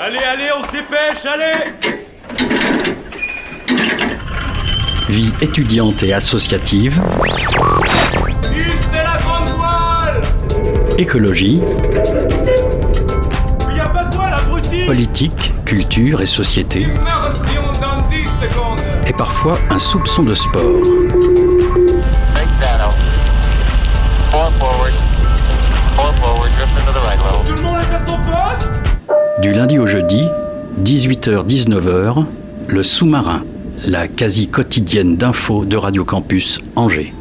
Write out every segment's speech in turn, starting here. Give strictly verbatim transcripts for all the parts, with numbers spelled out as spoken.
Allez, allez, on se dépêche, allez! Vie étudiante et associative. C'est la grande voile! Écologie. Il y a pas de voile, abruti! Politique, culture et société. Immersion dans dix secondes! Et parfois un soupçon de sport. Big shadow. Four forward. Four forward, drift into the right level. Tout le monde est à son poste? Du lundi au jeudi, dix-huit heures dix-neuf heures, le sous-marin, la quasi quotidienne d'infos de Radio Campus Angers.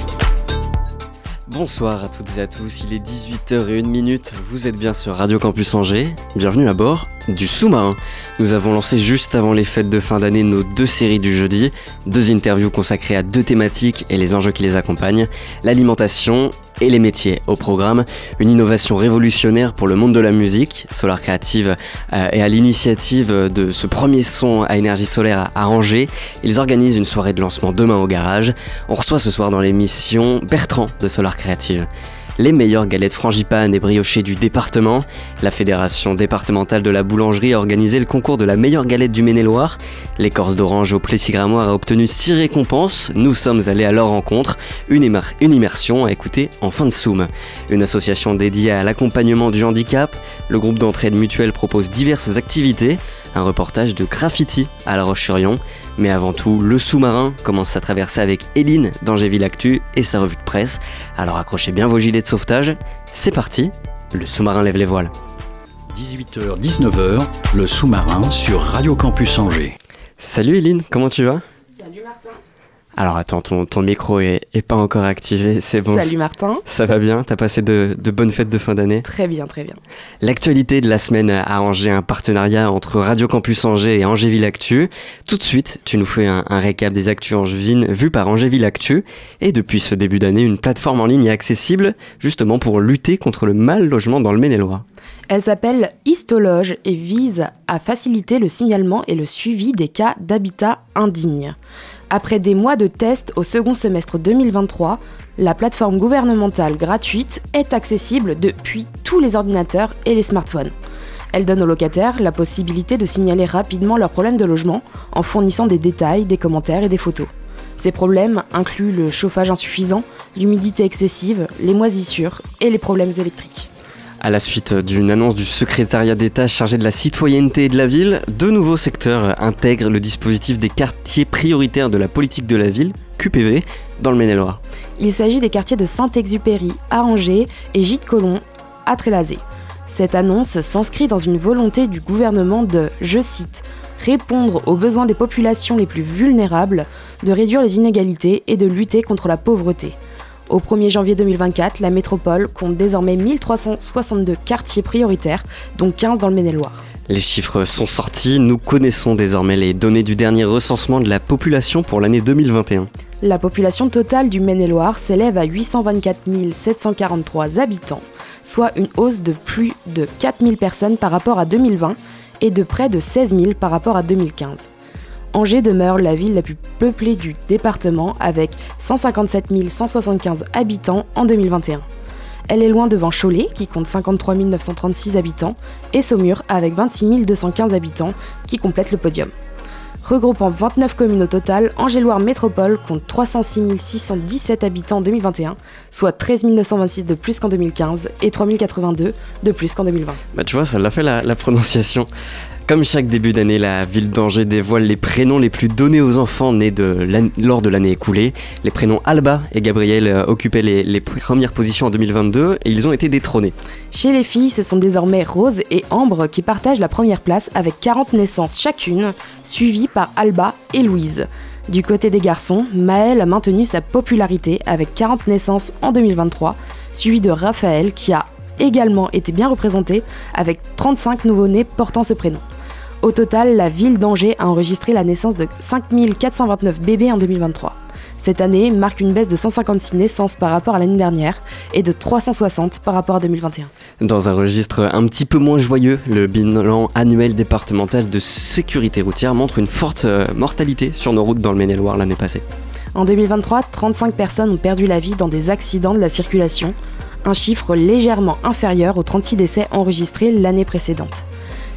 Bonsoir à toutes et à tous, il est dix-huit heures zéro une, vous êtes bien sur Radio Campus Angers, bienvenue à bord du sous-marin. Nous avons lancé juste avant les fêtes de fin d'année nos deux séries du jeudi, deux interviews consacrées à deux thématiques et les enjeux qui les accompagnent, l'alimentation et les métiers. Au programme, une innovation révolutionnaire pour le monde de la musique. Solar Creative euh, est à l'initiative de ce premier son à énergie solaire à, à Angers. Ils organisent une soirée de lancement demain au garage. On reçoit ce soir dans l'émission Bertrand de Solar Creative. Les meilleures galettes frangipane et briochées du département. La fédération départementale de la boulangerie a organisé le concours de la meilleure galette du Maine-et-Loire. L'écorce d'orange au Plessis-Grammoire a obtenu six récompenses. Nous sommes allés à leur rencontre. Une, émar- une immersion à écouter en fin de Zoom. Une association dédiée à l'accompagnement du handicap. Le groupe d'entraide mutuelle propose diverses activités. Un reportage de graffiti à La Roche-sur-Yon. Mais avant tout, le sous-marin commence sa traversée avec Eline d'Angéville Actu et sa revue de presse. Alors accrochez bien vos gilets de sauvetage. C'est parti, le sous-marin lève les voiles. dix-huit heures dix-neuf heures, le sous-marin sur Radio Campus Angers. Salut Eline, comment tu vas ? Salut Martin. Alors attends, ton, ton micro est, est pas encore activé, c'est bon. Salut Martin. Ça va bien ? T'as passé de, de bonnes fêtes de fin d'année ? Très bien, très bien. L'actualité de la semaine à Angers, un partenariat entre Radio Campus Angers et Angéville Actu. Tout de suite, tu nous fais un, un récap des actus angevines vues par Angéville Actu. Et depuis ce début d'année, une plateforme en ligne est accessible justement pour lutter contre le mal logement dans le Maine-et-Loire. Elle s'appelle Histologe et vise à faciliter le signalement et le suivi des cas d'habitat indigne. Après des mois de tests au second semestre deux mille vingt-trois, la plateforme gouvernementale gratuite est accessible depuis tous les ordinateurs et les smartphones. Elle donne aux locataires la possibilité de signaler rapidement leurs problèmes de logement en fournissant des détails, des commentaires et des photos. Ces problèmes incluent le chauffage insuffisant, l'humidité excessive, les moisissures et les problèmes électriques. À la suite d'une annonce du secrétariat d'État chargé de la citoyenneté et de la ville, deux nouveaux secteurs intègrent le dispositif des quartiers prioritaires de la politique de la ville, Q P V, dans le Maine-et-Loire. Il s'agit des quartiers de Saint-Exupéry à Angers et Gîtes-Colomb à Trélazé. Cette annonce s'inscrit dans une volonté du gouvernement de, je cite, répondre aux besoins des populations les plus vulnérables, de réduire les inégalités et de lutter contre la pauvreté. Au premier janvier deux mille vingt-quatre, la métropole compte désormais mille trois cent soixante-deux quartiers prioritaires, dont quinze dans le Maine-et-Loire. Les chiffres sont sortis, nous connaissons désormais les données du dernier recensement de la population pour l'année deux mille vingt et un. La population totale du Maine-et-Loire s'élève à huit cent vingt-quatre mille sept cent quarante-trois habitants, soit une hausse de plus de quatre mille personnes par rapport à deux mille vingt et de près de seize mille par rapport à deux mille quinze. Angers demeure la ville la plus peuplée du département avec cent cinquante-sept mille cent soixante-quinze habitants en deux mille vingt et un. Elle est loin devant Cholet qui compte cinquante-trois mille neuf cent trente-six habitants et Saumur avec vingt-six mille deux cent quinze habitants qui complètent le podium. Regroupant vingt-neuf communes au total, Angers-Loire Métropole compte trois cent six mille six cent dix-sept habitants en deux mille vingt et un, soit treize mille neuf cent vingt-six de plus qu'en deux mille quinze et trois mille quatre-vingt-deux de plus qu'en deux mille vingt. Bah tu vois, ça l'a fait la, la prononciation. Comme chaque début d'année, la ville d'Angers dévoile les prénoms les plus donnés aux enfants nés de lors de l'année écoulée. Les prénoms Alba et Gabriel euh, occupaient les, les premières positions en deux mille vingt-deux et ils ont été détrônés. Chez les filles, ce sont désormais Rose et Ambre qui partagent la première place avec quarante naissances chacune, suivies par Alba et Louise. Du côté des garçons, Maël a maintenu sa popularité avec quarante naissances en deux mille vingt-trois, suivi de Raphaël qui a également été bien représenté avec trente-cinq nouveau-nés portant ce prénom. Au total, la ville d'Angers a enregistré la naissance de cinq mille quatre cent vingt-neuf bébés en deux mille vingt-trois. Cette année marque une baisse de cent cinquante-six naissances par rapport à l'année dernière et de trois cent soixante par rapport à deux mille vingt et un. Dans un registre un petit peu moins joyeux, le bilan annuel départemental de sécurité routière montre une forte mortalité sur nos routes dans le Maine-et-Loire l'année passée. En deux mille vingt-trois, trente-cinq personnes ont perdu la vie dans des accidents de la circulation, un chiffre légèrement inférieur aux trente-six décès enregistrés l'année précédente.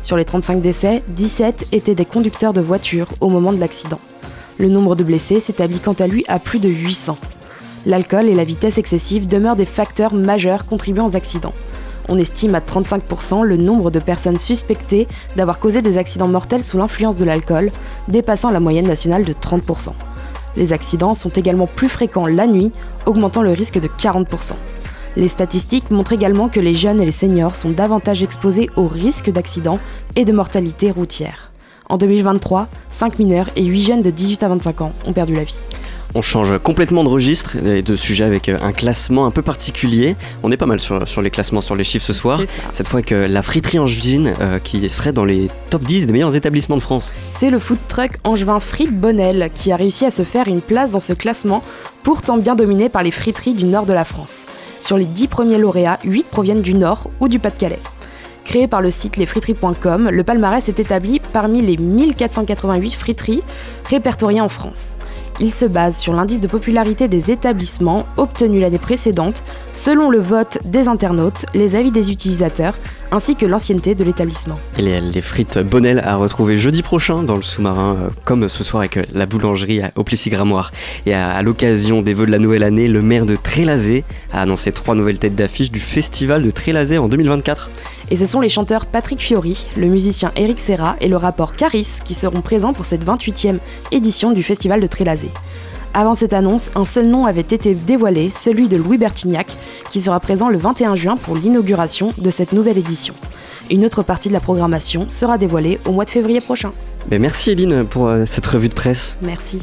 Sur les trente-cinq décès, dix-sept étaient des conducteurs de voitures au moment de l'accident. Le nombre de blessés s'établit quant à lui à plus de huit cents. L'alcool et la vitesse excessive demeurent des facteurs majeurs contribuant aux accidents. On estime à trente-cinq pour cent le nombre de personnes suspectées d'avoir causé des accidents mortels sous l'influence de l'alcool, dépassant la moyenne nationale de trente pour cent. Les accidents sont également plus fréquents la nuit, augmentant le risque de quarante pour cent. Les statistiques montrent également que les jeunes et les seniors sont davantage exposés aux risques d'accidents et de mortalité routière. En deux mille vingt-trois, cinq mineurs et huit jeunes de dix-huit à vingt-cinq ans ont perdu la vie. On change complètement de registre et de sujet avec un classement un peu particulier. On est pas mal sur, sur les classements, sur les chiffres ce soir. Cette fois avec la friterie angevine euh, qui serait dans les top dix des meilleurs établissements de France. C'est le food truck angevin Frites Bonnel qui a réussi à se faire une place dans ce classement, pourtant bien dominé par les friteries du nord de la France. Sur les dix premiers lauréats, huit proviennent du nord ou du Pas-de-Calais. Créé par le site lesfriteries point com, le palmarès est établi parmi les mille quatre cent quatre-vingt-huit friteries répertoriées en France. Il se base sur l'indice de popularité des établissements obtenu l'année précédente, selon le vote des internautes, les avis des utilisateurs, ainsi que l'ancienneté de l'établissement. Et les, les frites Bonnel à retrouver jeudi prochain dans le sous-marin, euh, comme ce soir avec euh, la boulangerie à, au Plessis-Gramoire. Et à, à l'occasion des vœux de la nouvelle année, le maire de Trélazé a annoncé trois nouvelles têtes d'affiche du festival de Trélazé en deux mille vingt-quatre. Et ce sont les chanteurs Patrick Fiori, le musicien Eric Serra et le rappeur Caris qui seront présents pour cette vingt-huitième édition du festival de Trélazé. Avant cette annonce, un seul nom avait été dévoilé, celui de Louis Bertignac, qui sera présent le vingt et un juin pour l'inauguration de cette nouvelle édition. Une autre partie de la programmation sera dévoilée au mois de février prochain. Mais merci Eline pour euh, cette revue de presse. Merci.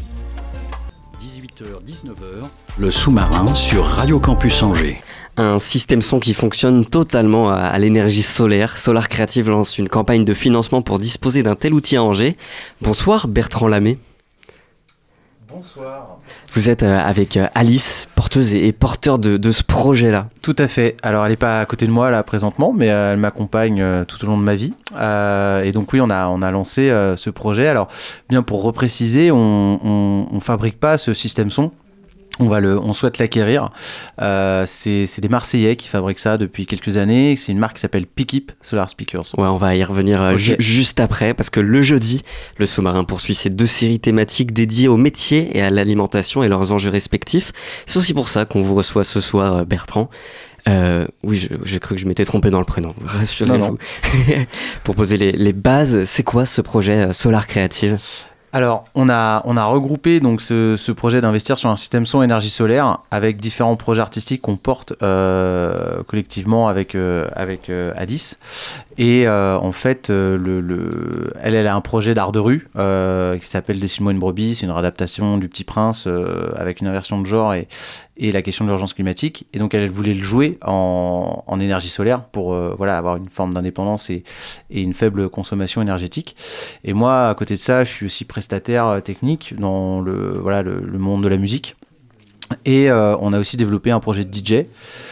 dix-huit heures dix-neuf heures, le sous-marin sur Radio Campus Angers. Un système son qui fonctionne totalement à, à l'énergie solaire. Solar Creative lance une campagne de financement pour disposer d'un tel outil à Angers. Bonsoir Bertrand Lamé. Bonsoir. Vous êtes euh, avec euh, Alice, porteuse et, et porteur de, de ce projet-là. Tout à fait. Alors, elle n'est pas à côté de moi là présentement, mais euh, elle m'accompagne euh, tout au long de ma vie. Euh, et donc oui, on a on a lancé euh, ce projet. Alors, bien pour repréciser, on on, on fabrique pas ce système son. On, va le, on souhaite l'acquérir. Euh, c'est, c'est des Marseillais qui fabriquent ça depuis quelques années. C'est une marque qui s'appelle Pikip Solar Speakers. Ouais, on va y revenir okay. ju- juste après, parce que le jeudi, le sous-marin poursuit ses deux séries thématiques dédiées aux métiers et à l'alimentation et leurs enjeux respectifs. C'est aussi pour ça qu'on vous reçoit ce soir, Bertrand. Euh, oui, je, j'ai cru que je m'étais trompé dans le prénom. Rassurez-vous. Non, non. Pour poser les, les bases, c'est quoi ce projet Solar Creative ? Alors, on a, on a regroupé donc, ce, ce projet d'investir sur un système son énergie solaire avec différents projets artistiques qu'on porte euh, collectivement avec, euh, avec euh, Alice. Et euh, en fait, euh, le, le, elle, elle a un projet d'art de rue euh, qui s'appelle Dessine-moi une brebis. C'est une réadaptation du Petit Prince euh, avec une inversion de genre et, et la question de l'urgence climatique. Et donc, elle, elle voulait le jouer en, en énergie solaire pour euh, voilà, avoir une forme d'indépendance et, et une faible consommation énergétique. Et moi, à côté de ça, je suis aussi prestataire technique dans le, voilà, le, le monde de la musique. Et euh, on a aussi développé un projet de D J.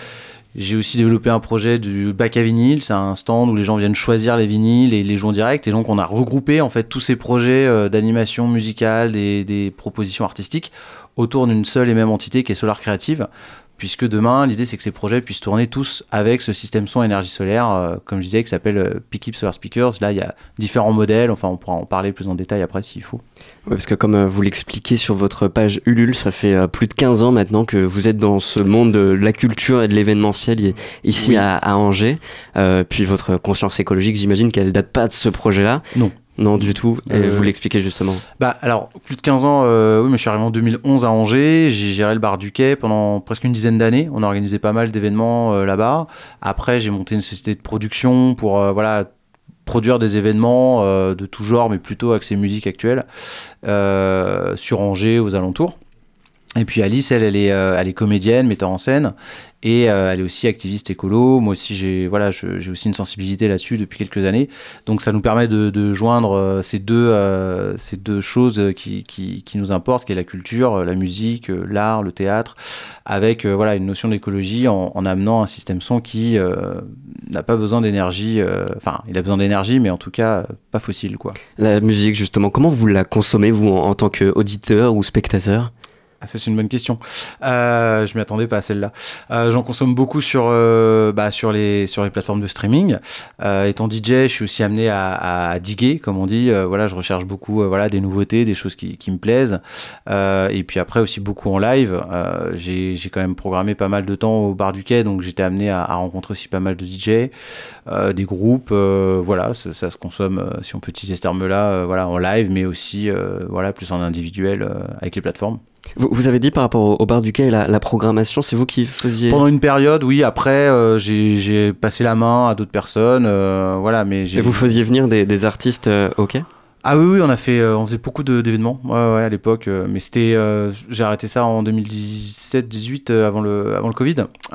J'ai aussi développé un projet du bac à vinyle, c'est un stand où les gens viennent choisir les vinyles et les jouent en direct. Et donc on a regroupé en fait tous ces projets euh, d'animation musicale, des, des propositions artistiques autour d'une seule et même entité qui est Solar Creative. Puisque demain, l'idée c'est que ces projets puissent tourner tous avec ce système son énergie solaire, euh, comme je disais, qui s'appelle euh, Pikip Solar Speakers. Là, il y a différents modèles, enfin on pourra en parler plus en détail après s'il faut. Ouais, parce que comme euh, vous l'expliquez sur votre page Ulule, ça fait euh, plus de quinze ans maintenant que vous êtes dans ce monde de la culture et de l'événementiel y, ici oui. à, à Angers. Euh, puis votre conscience écologique, j'imagine qu'elle date pas de ce projet-là. Non. Non, du tout. Et euh, vous l'expliquez justement. Bah, alors, plus de quinze ans, euh, oui, mais je suis arrivé en deux mille onze à Angers. J'ai géré le bar du Quai pendant presque une dizaine d'années. On a organisé pas mal d'événements euh, là-bas. Après, j'ai monté une société de production pour euh, voilà, produire des événements euh, de tout genre, mais plutôt axés musique actuelle, euh, sur Angers, aux alentours. Et puis Alice, elle, elle est, euh, elle est comédienne, metteur en scène, et euh, elle est aussi activiste écolo. Moi aussi, j'ai, voilà, je, j'ai aussi une sensibilité là-dessus depuis quelques années. Donc ça nous permet de, de joindre euh, ces, deux, euh, ces deux choses qui, qui, qui nous importent, qui est la culture, la musique, l'art, le théâtre, avec euh, voilà, une notion d'écologie en, en amenant un système son qui euh, n'a pas besoin d'énergie, enfin, euh, il a besoin d'énergie, mais en tout cas, pas fossile, quoi. La musique, justement, comment vous la consommez, vous, en, en tant qu'auditeur ou spectateur ? Ah, ça, c'est une bonne question. Euh, je m'y attendais pas à celle-là. Euh, j'en consomme beaucoup sur, euh, bah, sur, les, sur les plateformes de streaming. Euh, étant D J, je suis aussi amené à, à diguer, comme on dit. Euh, voilà, je recherche beaucoup euh, voilà, des nouveautés, des choses qui, qui me plaisent. Euh, et puis après, aussi beaucoup en live. Euh, j'ai, j'ai quand même programmé pas mal de temps au Bar du Quai, donc j'étais amené à, à rencontrer aussi pas mal de D J, euh, des groupes. Euh, voilà, ça, ça se consomme, euh, si on peut utiliser ce terme-là, euh, voilà, en live, mais aussi euh, voilà, plus en individuel euh, avec les plateformes. Vous, vous avez dit par rapport au, au Bar du Quai, la, la programmation, c'est vous qui faisiez... Pendant une période, oui. Après, euh, j'ai, j'ai passé la main à d'autres personnes. Euh, voilà, mais j'ai... Et vous faisiez venir des, des artistes euh, au Quai ? Ah oui, oui, on a fait, euh, on faisait beaucoup de, d'événements. Ouais, ouais, à l'époque. Euh, mais c'était, euh, j'ai arrêté ça en deux mille dix-sept dix-huit, euh, avant le, avant le Covid.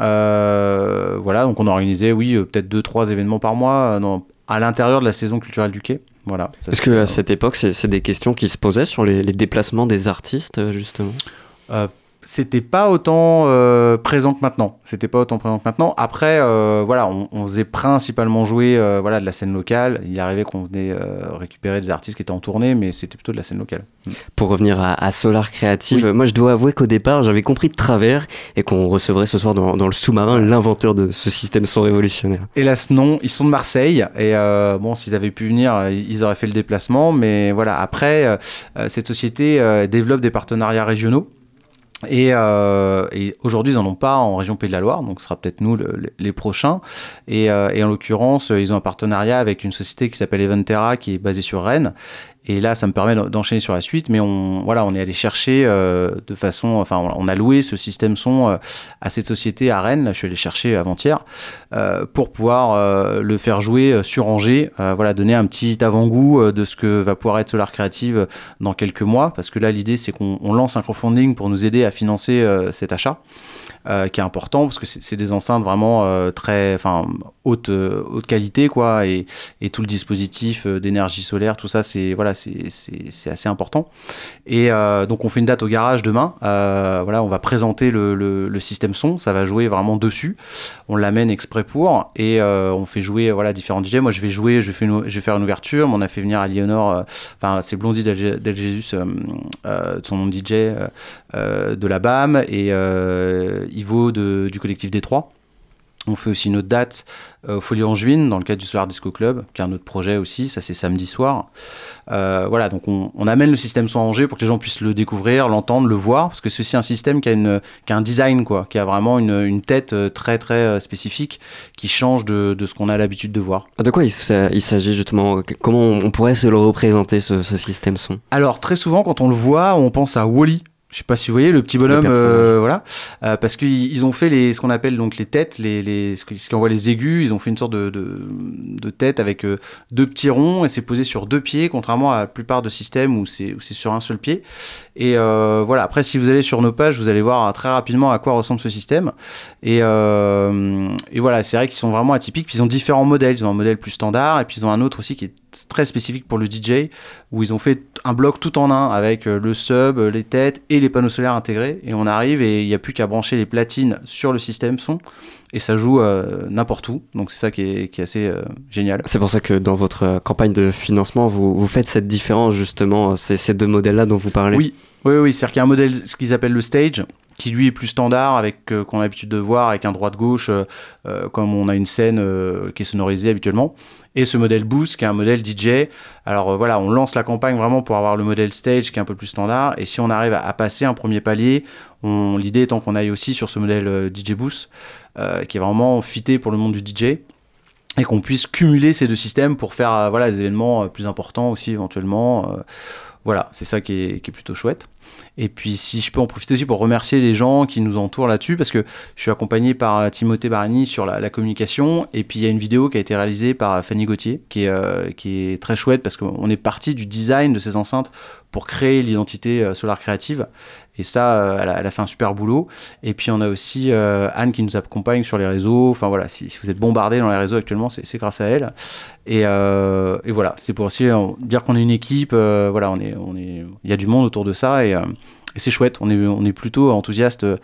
Euh, voilà, donc on organisait, oui, euh, peut-être deux, trois événements par mois euh, dans, à l'intérieur de la saison culturelle du Quai. Voilà. Est-ce qu'à euh... cette époque, c'est, c'est des questions qui se posaient sur les, les déplacements des artistes, justement ? euh, C'était pas autant euh, présent que maintenant. C'était pas autant présent que maintenant. Après, euh, voilà, on, on faisait principalement jouer euh, voilà, de la scène locale. Il arrivait qu'on venait euh, récupérer des artistes qui étaient en tournée, mais c'était plutôt de la scène locale. Pour revenir à, à Solar Creative, oui. moi je dois avouer qu'au départ, j'avais compris de travers et qu'on recevrait ce soir dans, dans le sous-marin l'inventeur de ce système son révolutionnaire. Hélas non, ils sont de Marseille et euh, bon, s'ils avaient pu venir, ils auraient fait le déplacement. Mais voilà, après, euh, cette société euh, développe des partenariats régionaux. Et, euh, et aujourd'hui, ils n'en ont pas en région Pays de la Loire, donc ce sera peut-être nous le, le, les prochains. Et, euh, et en l'occurrence, ils ont un partenariat avec une société qui s'appelle Eventera, qui est basée sur Rennes. Et là, ça me permet d'enchaîner sur la suite, mais on, voilà, on est allé chercher euh, de façon, enfin, on a loué ce système son euh, à cette société à Rennes. Là, je suis allé chercher avant-hier euh, pour pouvoir euh, le faire jouer sur Angers. Euh, voilà, donner un petit avant-goût euh, de ce que va pouvoir être Solar Creative dans quelques mois, parce que là, l'idée, c'est qu'on on lance un crowdfunding pour nous aider à financer euh, cet achat, euh, qui est important parce que c'est, c'est des enceintes vraiment euh, très, enfin, haute, euh, haute qualité, quoi, et, et tout le dispositif euh, d'énergie solaire, tout ça, c'est voilà. C'est, c'est, c'est assez important. Et euh, donc, on fait une date au garage demain. Euh, voilà, on va présenter le, le, le système son. Ça va jouer vraiment dessus. On l'amène exprès pour. Et euh, on fait jouer voilà, différents D J. Moi, je vais jouer, je vais, faire une, je vais faire une ouverture. On a fait venir Aliénor, euh, enfin, c'est Blondie Del, Del Jesus, euh, euh, son nom de D J, euh, euh, de la B A M, et euh, Ivo de, du collectif Détroit. On fait aussi une autre date euh, au Folie Angevine dans le cadre du Solar Disco Club, qui est un autre projet aussi, ça c'est samedi soir. Euh, voilà, donc on, on amène le système son à Angers pour que les gens puissent le découvrir, l'entendre, le voir, parce que c'est aussi un système qui a, une, qui a un design, quoi, qui a vraiment une, une tête très très spécifique, qui change de, de ce qu'on a l'habitude de voir. De quoi il, il s'agit justement ? Comment on pourrait se le représenter, ce, ce système son ? Alors, très souvent, quand on le voit, on pense à Wall-E. Je sais pas si vous voyez le petit bonhomme, euh, voilà, euh, parce qu'ils ils ont fait les, ce qu'on appelle donc les têtes, les, les, ce qui envoie les aigus. Ils ont fait une sorte de, de, de tête avec euh, deux petits ronds et c'est posé sur deux pieds, contrairement à la plupart de systèmes où c'est, où c'est sur un seul pied. Et euh, voilà. Après, si vous allez sur nos pages, vous allez voir très rapidement à quoi ressemble ce système. Et, euh, et voilà, c'est vrai qu'ils sont vraiment atypiques. Puis ils ont différents modèles. Ils ont un modèle plus standard et puis ils ont un autre aussi qui est très spécifique pour le D J, où ils ont fait un bloc tout en un avec le sub, les têtes et les panneaux solaires intégrés, et on arrive et il n'y a plus qu'à brancher les platines sur le système son et ça joue euh, n'importe où, donc c'est ça qui est, qui est assez euh, génial. C'est pour ça que dans votre campagne de financement vous, vous faites cette différence justement, c'est ces deux modèles là dont vous parlez. Oui, oui, oui, c'est-à-dire qu'il y a un modèle, ce qu'ils appellent le stage, qui lui est plus standard, avec euh, qu'on a l'habitude de voir avec un droite-gauche, euh, euh, comme on a une scène euh, qui est sonorisée habituellement, et ce modèle Boost qui est un modèle D J. Alors euh, voilà, on lance la campagne vraiment pour avoir le modèle Stage qui est un peu plus standard, et si on arrive à, à passer un premier palier, on, l'idée étant qu'on aille aussi sur ce modèle euh, D J Boost, euh, qui est vraiment fité pour le monde du D J, et qu'on puisse cumuler ces deux systèmes pour faire euh, voilà, des événements euh, plus importants aussi éventuellement. Euh, voilà, c'est ça qui est, qui est plutôt chouette. Et puis si je peux en profiter aussi pour remercier les gens qui nous entourent là-dessus, parce que je suis accompagné par Timothée Barani sur la, la communication, et puis il y a une vidéo qui a été réalisée par Fanny Gauthier qui est, euh, qui est très chouette, parce qu'on est parti du design de ces enceintes pour créer l'identité euh, Solar Creative, et ça euh, elle, a, elle a fait un super boulot. Et puis on a aussi euh, Anne qui nous accompagne sur les réseaux, enfin voilà, si, si vous êtes bombardés dans les réseaux actuellement, c'est, c'est grâce à elle. Et, euh, et voilà, c'est pour aussi euh, dire qu'on est une équipe, euh, voilà, on est, on est, il y a du monde autour de ça, et, euh, et c'est chouette, on est, on est plutôt enthousiaste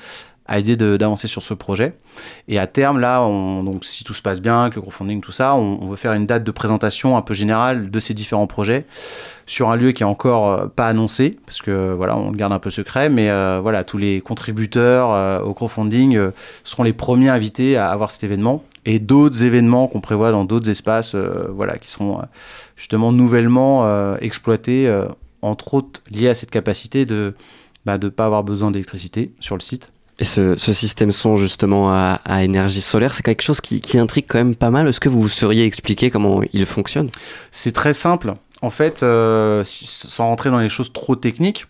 à l'idée de, d'avancer sur ce projet. Et à terme, là, on, donc, si tout se passe bien, avec le crowdfunding, tout ça, on, on veut faire une date de présentation un peu générale de ces différents projets sur un lieu qui est encore euh, pas annoncé, parce que voilà, on le garde un peu secret, mais euh, voilà, tous les contributeurs euh, au crowdfunding euh, seront les premiers invités à avoir cet événement. Et d'autres événements qu'on prévoit dans d'autres espaces, euh, voilà, qui seront euh, justement nouvellement euh, exploités, euh, entre autres liés à cette capacité de bah, de pas avoir besoin d'électricité sur le site. Et ce, ce système son justement à, à énergie solaire, c'est quelque chose qui, qui intrigue quand même pas mal. Est-ce que vous sauriez expliquer comment il fonctionne ? C'est très simple. En fait, euh, si, sans rentrer dans les choses trop techniques,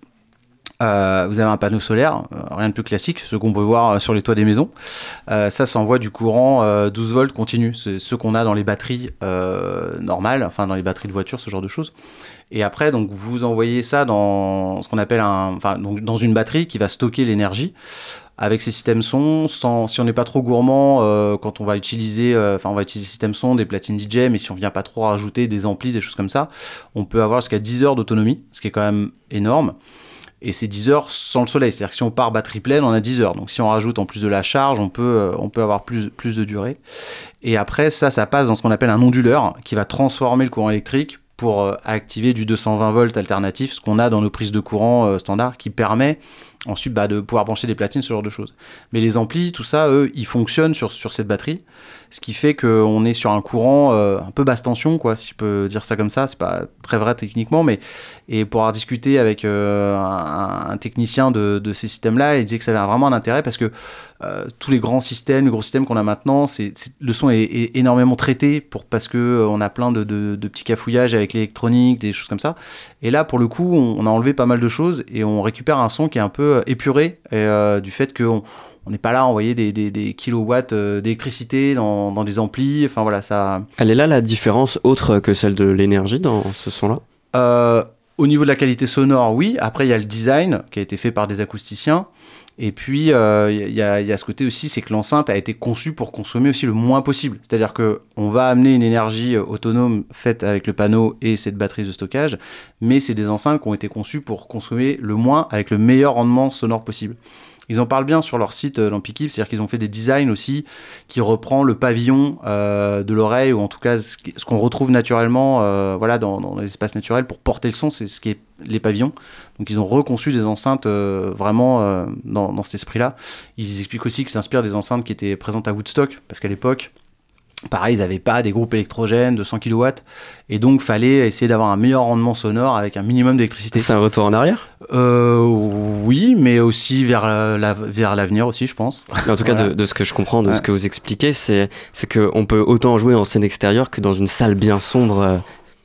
Euh, vous avez un panneau solaire, euh, rien de plus classique, ce qu'on peut voir euh, sur les toits des maisons. Euh, ça, ça envoie du courant euh, douze volts continu. C'est ce qu'on a dans les batteries euh, normales, enfin dans les batteries de voiture, ce genre de choses. Et après, donc, vous envoyez ça dans ce qu'on appelle un, enfin, donc, dans une batterie qui va stocker l'énergie. Avec ces systèmes son, sans, si on n'est pas trop gourmand, euh, quand on va utiliser, enfin euh, on va utiliser des systèmes son, des platines D J, mais si on vient pas trop rajouter des amplis, des choses comme ça, on peut avoir jusqu'à dix heures d'autonomie, ce qui est quand même énorme. Et c'est dix heures sans le soleil, c'est-à-dire que si on part batterie pleine, on a dix heures. Donc si on rajoute en plus de la charge, on peut, euh, on peut avoir plus, plus de durée. Et après, ça, ça passe dans ce qu'on appelle un onduleur qui va transformer le courant électrique pour euh, activer du deux cent vingt volts alternatif, ce qu'on a dans nos prises de courant euh, standard, qui permet ensuite bah, de pouvoir brancher des platines, ce genre de choses. Mais les amplis, tout ça, eux, ils fonctionnent sur, sur cette batterie, ce qui fait qu'on est sur un courant euh, un peu basse tension, quoi, si je peux dire ça comme ça. C'est pas très vrai techniquement, mais et pour avoir discuté avec euh, un, un technicien de, de ces systèmes-là, il disait que ça avait vraiment un intérêt parce que euh, tous les grands systèmes, les gros systèmes qu'on a maintenant, c'est, c'est, le son est, est énormément traité pour, parce que euh, on a plein de, de, de petits cafouillages avec l'électronique, des choses comme ça. Et là, pour le coup, on, on a enlevé pas mal de choses et on récupère un son qui est un peu épuré et, euh, du fait qu'on on n'est pas là à envoyer des, des, des kilowatts euh, d'électricité dans, dans des amplis. Enfin voilà, ça. Elle est là la différence autre que celle de l'énergie dans ce son-là ? euh, Au niveau de la qualité sonore, oui. Après, il y a le design qui a été fait par des acousticiens. Et puis, il euh, y, y, a, y a ce côté aussi, c'est que l'enceinte a été conçue pour consommer aussi le moins possible. C'est-à-dire qu'on va amener une énergie autonome faite avec le panneau et cette batterie de stockage, mais c'est des enceintes qui ont été conçues pour consommer le moins avec le meilleur rendement sonore possible. Ils en parlent bien sur leur site euh, Lampikip, c'est-à-dire qu'ils ont fait des designs aussi qui reprend le pavillon euh, de l'oreille, ou en tout cas ce, qui, ce qu'on retrouve naturellement euh, voilà, dans, dans les espaces naturels pour porter le son, c'est ce qui est les pavillons. Donc ils ont reconçu des enceintes euh, vraiment euh, dans, dans cet esprit-là. Ils expliquent aussi qu'ils s'inspirent des enceintes qui étaient présentes à Woodstock, parce qu'à l'époque, pareil, ils n'avaient pas des groupes électrogènes de cent kilowatts, et donc fallait essayer d'avoir un meilleur rendement sonore avec un minimum d'électricité. C'est un retour en arrière ? euh, Oui, mais aussi vers, la, vers l'avenir aussi, je pense. En tout cas, voilà. de, de ce que je comprends, de ouais. ce que vous expliquez, c'est, c'est qu'on peut autant jouer en scène extérieure que dans une salle bien sombre.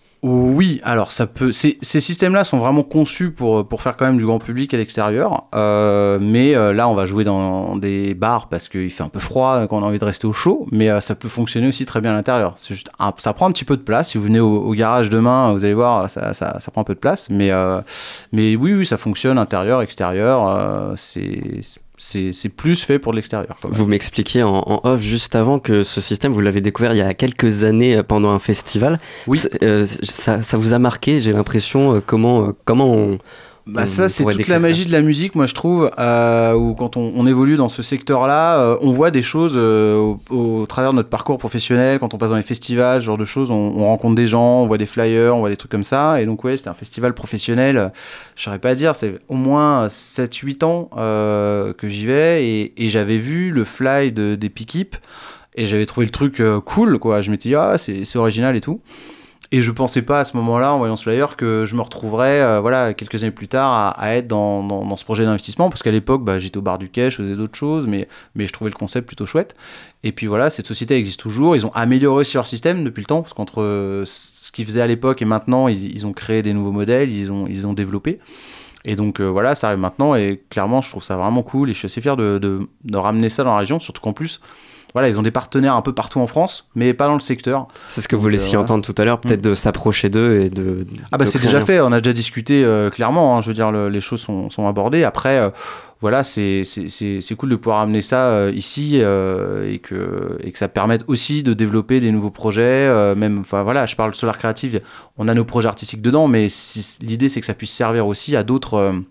Oui, alors ça peut. Ces, ces systèmes-là sont vraiment conçus pour, pour faire quand même du grand public à l'extérieur. Euh, mais euh, là, on va jouer dans des bars parce qu'il fait un peu froid quand on a envie de rester au chaud. Mais euh, ça peut fonctionner aussi très bien à l'intérieur. C'est juste un, ça prend un petit peu de place. Si vous venez au, au garage demain, vous allez voir, ça, ça, ça prend un peu de place. Mais, euh, mais oui, oui, ça fonctionne intérieur, extérieur. Euh, c'est. C'est, c'est plus fait pour de l'extérieur. Vous m'expliquiez en, en off juste avant que ce système, vous l'avez découvert il y a quelques années pendant un festival. Oui. Euh, ça, ça vous a marqué, j'ai l'impression. Comment, comment on... Bah ça, c'est toute la magie ça. de la musique, moi je trouve, euh, où quand on, on évolue dans ce secteur-là, euh, on voit des choses euh, au, au travers de notre parcours professionnel, quand on passe dans les festivals, ce genre de choses, on, on rencontre des gens, on voit des flyers, on voit des trucs comme ça, et donc ouais, c'était un festival professionnel, euh, je saurais pas dire, c'est au moins sept huit ans euh, que j'y vais, et, et j'avais vu le fly de, des Pikip, et j'avais trouvé le truc euh, cool, quoi, je m'étais dit, ah, c'est, c'est original et tout. Et je pensais pas à ce moment-là, en voyant ce flyer, que je me retrouverais, euh, voilà, quelques années plus tard, à, à être dans, dans, dans ce projet d'investissement, parce qu'à l'époque, bah, j'étais au bar du quai, je faisais d'autres choses, mais, mais je trouvais le concept plutôt chouette. Et puis voilà, cette société existe toujours. Ils ont amélioré aussi leur système depuis le temps, parce qu'entre euh, ce qu'ils faisaient à l'époque et maintenant, ils, ils ont créé des nouveaux modèles, ils ont, ils ont développé. Et donc euh, voilà, ça arrive maintenant, et clairement, je trouve ça vraiment cool, et je suis assez fier de, de, de ramener ça dans la région, surtout qu'en plus, voilà, ils ont des partenaires un peu partout en France, mais pas dans le secteur. C'est ce que vous laissiez euh, entendre tout à l'heure, peut-être mmh. de s'approcher d'eux et de... Ah bah de c'est déjà fait, on a déjà discuté euh, clairement, hein, je veux dire, le, les choses sont, sont abordées. Après, euh, voilà, c'est, c'est, c'est, c'est cool de pouvoir amener ça euh, ici euh, et, que, et que ça permette aussi de développer des nouveaux projets. Euh, même, enfin voilà, je parle de Solar Creative, on a nos projets artistiques dedans, mais si, l'idée c'est que ça puisse servir aussi à d'autres... Euh,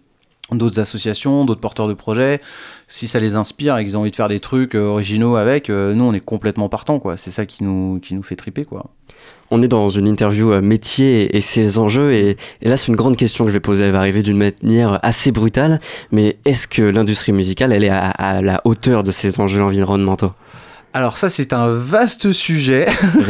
d'autres associations, d'autres porteurs de projets. Si ça les inspire et qu'ils ont envie de faire des trucs euh, originaux avec, euh, nous on est complètement partants, quoi. C'est ça qui nous, qui nous fait triper, quoi. On est dans une interview euh, métier et ses enjeux, et, et là c'est une grande question que je vais poser. Elle va arriver d'une manière assez brutale, mais est-ce que l'industrie musicale, elle est à, à la hauteur de ces enjeux environnementaux ? Alors ça, c'est un vaste sujet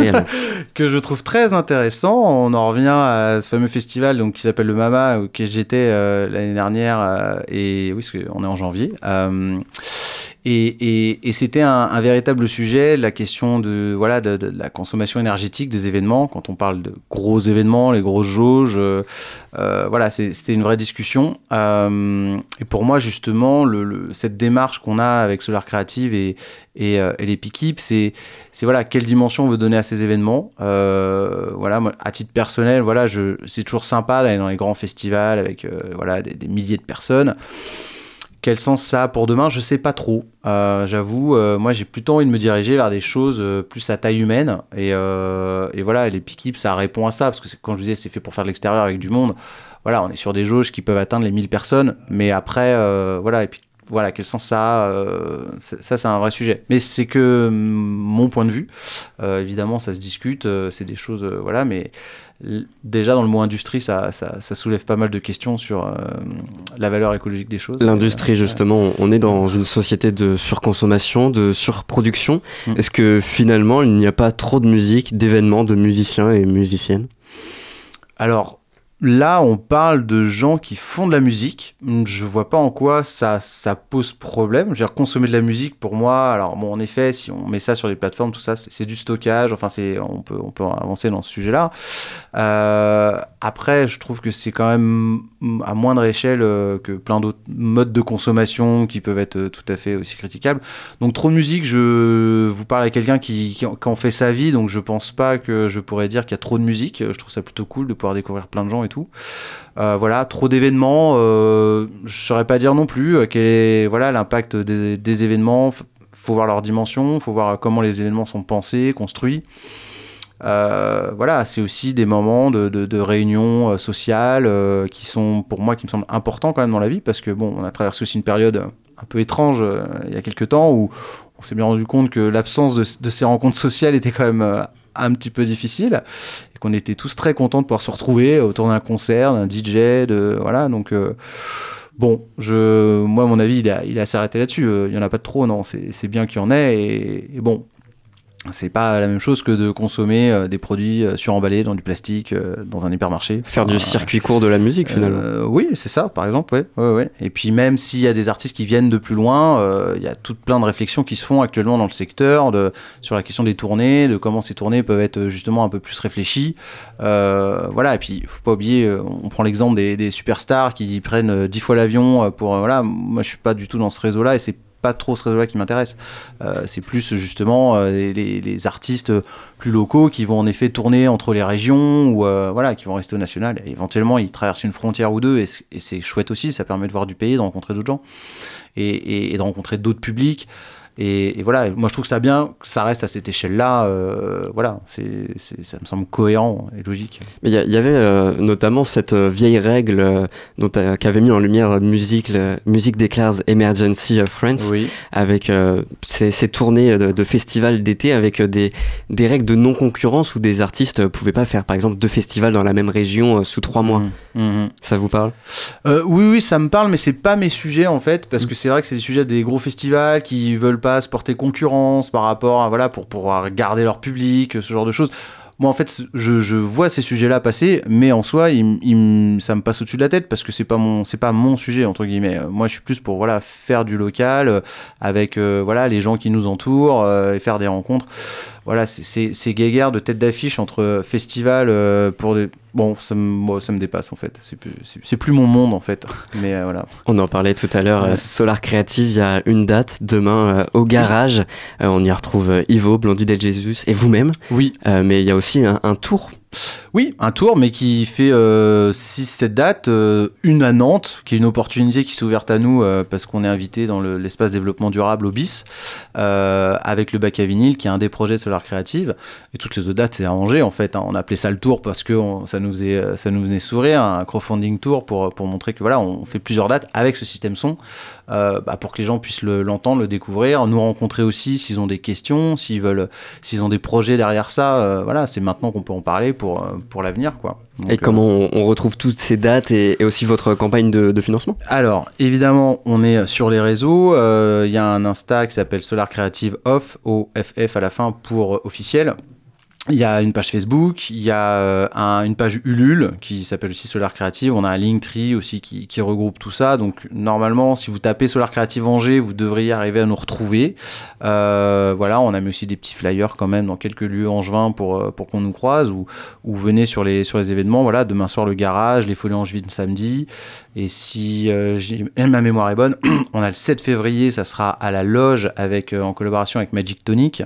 que je trouve très intéressant. On en revient à ce fameux festival donc, qui s'appelle le Mama, auquel j'étais euh, l'année dernière, euh, et oui, parce qu'on est en janvier. Euh, et, et, et c'était un, un véritable sujet, la question de, voilà, de, de, de la consommation énergétique des événements. Quand on parle de gros événements, les grosses jauges, euh, euh, voilà, c'est, c'était une vraie discussion. Euh, et pour moi, justement, le, le, cette démarche qu'on a avec Solar Creative et Et, euh, et les P-Keep, c'est, c'est voilà, quelle dimension on veut donner à ces événements. Euh, voilà, moi, à titre personnel, voilà, je, c'est toujours sympa d'aller dans les grands festivals avec euh, voilà, des, des milliers de personnes. Quel sens ça a pour demain ? Je sais pas trop. Euh, j'avoue, euh, moi j'ai plutôt envie de me diriger vers des choses euh, plus à taille humaine. Et, euh, et voilà, les P-Keep, ça répond à ça. Parce que c'est, quand je vous disais, c'est fait pour faire de l'extérieur avec du monde. Voilà, on est sur des jauges qui peuvent atteindre les mille personnes. Mais après, euh, voilà, et puis voilà, quel sens ça a, euh, ça c'est un vrai sujet. Mais c'est que mon point de vue, euh, évidemment ça se discute, euh, c'est des choses, euh, voilà, mais l- déjà dans le mot industrie, ça, ça, ça soulève pas mal de questions sur euh, la valeur écologique des choses. L'industrie, euh, justement, on est dans une société de surconsommation, de surproduction. Mm. Est-ce que finalement il n'y a pas trop de musique, d'événements, de musiciens et musiciennes ? Alors, là, on parle de gens qui font de la musique. Je vois pas en quoi ça, ça pose problème. Je veux dire, consommer de la musique, pour moi, alors bon, en effet, si on met ça sur les plateformes, tout ça, c'est, c'est du stockage. Enfin, c'est, on peut, on peut avancer dans ce sujet-là. Euh, après, je trouve que c'est quand même à moindre échelle euh, que plein d'autres modes de consommation qui peuvent être tout à fait aussi critiquables. Donc, trop de musique, je vous parle à quelqu'un qui, qui, en, qui en fait sa vie, donc je pense pas que je pourrais dire qu'il y a trop de musique. Je trouve ça plutôt cool de pouvoir découvrir plein de gens et tout. Euh, voilà, trop d'événements, euh, je saurais pas dire non plus euh, quel est voilà, l'impact des, des événements. F- faut voir leur dimension, faut voir comment les événements sont pensés, construits. Euh, voilà, c'est aussi des moments de, de, de réunion euh, sociale euh, qui sont, pour moi, qui me semblent importants quand même dans la vie, parce que bon, on a traversé aussi une période un peu étrange euh, il y a quelques temps où on s'est bien rendu compte que l'absence de, de ces rencontres sociales était quand même euh, un petit peu difficile, et qu'on était tous très contents de pouvoir se retrouver autour d'un concert, d'un D J, de voilà, donc euh, bon, je, moi à mon avis il a, il a s'arrêté là-dessus, euh, il y en a pas de trop, non, c'est, c'est bien qu'il y en ait, et, et bon, c'est pas la même chose que de consommer euh, des produits euh, suremballés dans du plastique, euh, dans un hypermarché. Faire enfin, du circuit court de la musique, finalement. Euh, oui, c'est ça, par exemple, ouais, ouais, ouais. Et puis même s'il y a des artistes qui viennent de plus loin, euh, il y a tout plein de réflexions qui se font actuellement dans le secteur de, sur la question des tournées, de comment ces tournées peuvent être justement un peu plus réfléchies. Euh, voilà, et puis faut pas oublier, on prend l'exemple des, des superstars qui prennent dix fois l'avion pour... Euh, voilà, moi je suis pas du tout dans ce réseau-là, et c'est pas trop ce réseau-là qui m'intéresse. Euh, c'est plus justement euh, les, les, les artistes plus locaux qui vont en effet tourner entre les régions, ou euh, voilà, qui vont rester au national. Et éventuellement, ils traversent une frontière ou deux, et c'est, et c'est chouette aussi. Ça permet de voir du pays, de rencontrer d'autres gens, et, et, et de rencontrer d'autres publics. Et, et voilà, moi je trouve que ça bien que ça reste à cette échelle-là. Euh, voilà, c'est, c'est, ça me semble cohérent et logique. Mais il y, y avait euh, notamment cette euh, vieille règle euh, dont, euh, qu'avait mis en lumière euh, Music, le, Music Declares Emergency of Friends, Oui. avec euh, ces, ces tournées de, de festivals d'été avec euh, des, des règles de non-concurrence où des artistes ne pouvaient pas faire, par exemple, deux festivals dans la même région euh, sous trois mois. Mmh. Mmh. Ça vous parle ? euh, Oui, oui, ça me parle, mais c'est pas mes sujets en fait, parce que c'est vrai que c'est des sujets des gros festivals qui veulent pas se porter concurrence par rapport à, voilà, pour pouvoir garder leur public, ce genre de choses. Moi, en fait, je, je vois ces sujets-là passer, mais en soi, il, il, ça me passe au-dessus de la tête parce que c'est pas mon, c'est pas mon sujet, entre guillemets. Moi, je suis plus pour, voilà, faire du local euh, avec, euh, voilà, les gens qui nous entourent euh, et faire des rencontres. Voilà, c'est, c'est, c'est guéguerre de tête d'affiche entre festivals euh, pour des... Bon, ça me, bon, ça me dépasse, en fait. C'est plus, c'est, c'est plus mon monde, en fait. Mais euh, voilà. On en parlait tout à l'heure. Ouais. euh, Solar Creative, il y a une date, demain, euh, au garage. Euh, on y retrouve euh, Ivo, Blondie Del Jesus et vous-même. Oui. Euh, mais il y a aussi un, un tour Oui, un tour, mais qui fait euh, six sept dates. Euh, une à Nantes, qui est une opportunité qui s'est ouverte à nous euh, parce qu'on est invité dans le, l'espace développement durable au B I S, euh, avec le bac à vinyle, qui est un des projets de Solar Creative. Et toutes les autres dates, c'est à Angers, en fait. Hein. On a appelé ça le tour parce que on, ça, nous faisait, ça nous venait sourire, un crowdfunding tour pour, pour montrer que voilà, on fait plusieurs dates avec ce système son, euh, bah, pour que les gens puissent le, l'entendre, le découvrir, nous rencontrer aussi s'ils ont des questions, s'ils veulent, s'ils ont des projets derrière ça. Euh, voilà, c'est maintenant qu'on peut en parler pour, pour l'avenir, quoi. Donc, et comment on, on retrouve toutes ces dates et, et aussi votre campagne de, de financement ? Alors, évidemment, on est sur les réseaux. Il euh, y a un Insta qui s'appelle Solar Creative Off, O F F à la fin, pour officiel. Il y a une page Facebook, il y a euh, un, une page Ulule qui s'appelle aussi Solar Creative. On a un Linktree aussi qui, qui regroupe tout ça. Donc normalement, si vous tapez Solar Creative Angers, vous devriez arriver à nous retrouver. Euh, voilà, on a mis aussi des petits flyers quand même dans quelques lieux angevins pour, pour qu'on nous croise, ou, ou venez sur les, sur les événements. Voilà, demain soir le garage, les Folies Angevines samedi. Et si euh, j'ai, ma mémoire est bonne, on a le sept février, ça sera à la Loge avec, euh, en collaboration avec Magic Tonic.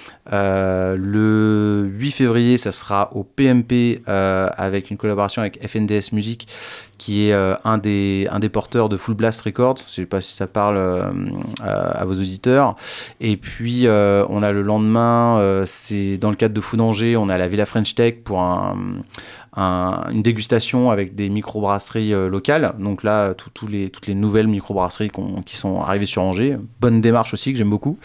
Euh, le huit février, ça sera au P M P euh, avec une collaboration avec F N D S Music, qui est euh, un, des, un des porteurs de Full Blast Records. Je ne sais pas si ça parle euh, à vos auditeurs. Et puis, euh, on a le lendemain, euh, c'est dans le cadre de Food Angers, on a la Villa French Tech pour un... Un, une dégustation avec des microbrasseries euh, locales. Donc là, tout, tout les, toutes les nouvelles microbrasseries qui sont arrivées sur Angers. Bonne démarche aussi, que j'aime beaucoup.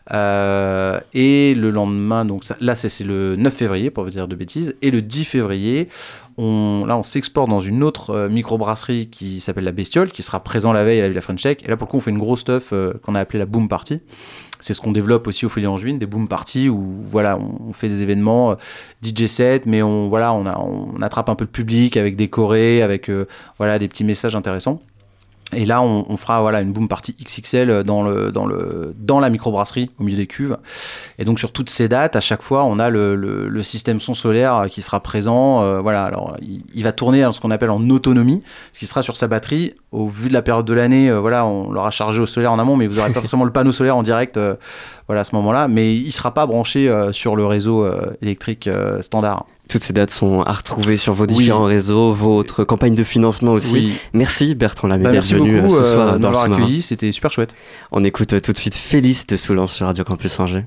Euh, et le lendemain, donc ça, là, c'est, c'est le neuf février, pour vous dire de bêtises. Et le dix février, on, là, on s'exporte dans une autre euh, microbrasserie qui s'appelle La Bestiole, qui sera présent la veille à la Villa French Tech. Et là, pour le coup, on fait une grosse stuff euh, qu'on a appelée la Boom Party. C'est ce qu'on développe aussi au Folies Angevines, des boom parties où voilà, on fait des événements euh, D J set, mais on voilà, on, a, on attrape un peu de public avec des chorés, avec euh, voilà, des petits messages intéressants. Et là, on, on fera voilà, une boom party X X L dans, le, dans, le, dans la microbrasserie, au milieu des cuves. Et donc, sur toutes ces dates, à chaque fois, on a le, le, le système son solaire qui sera présent. Euh, voilà, alors, il, il va tourner hein, ce qu'on appelle en autonomie, ce qui sera sur sa batterie. Au vu de la période de l'année, euh, voilà, on l'aura chargé au solaire en amont, mais vous n'aurez pas forcément le panneau solaire en direct euh, voilà, à ce moment-là. Mais il ne sera pas branché euh, sur le réseau euh, électrique euh, standard. Toutes ces dates sont à retrouver sur vos différents oui. réseaux, votre campagne de financement aussi. Oui. Merci Bertrand Lamé, bah, bienvenue beaucoup, ce soir euh, dans d'avoir le accueilli, c'était super chouette. On écoute tout de suite Félix de Soulance sur Radio Campus Angers.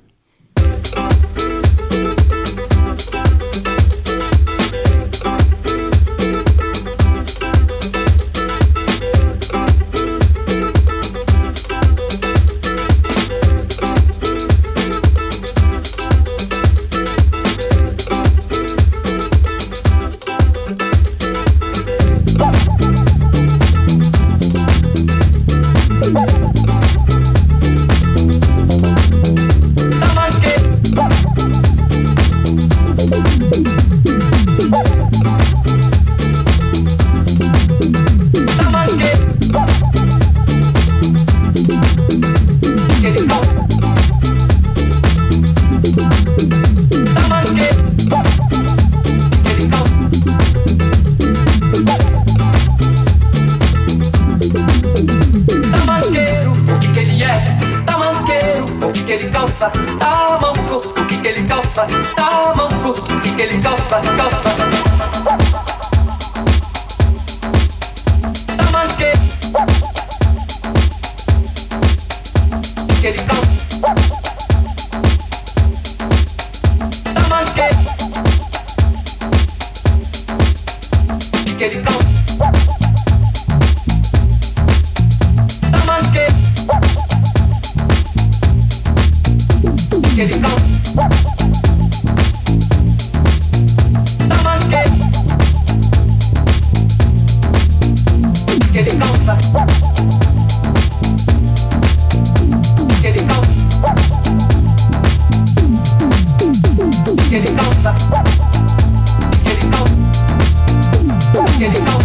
Get it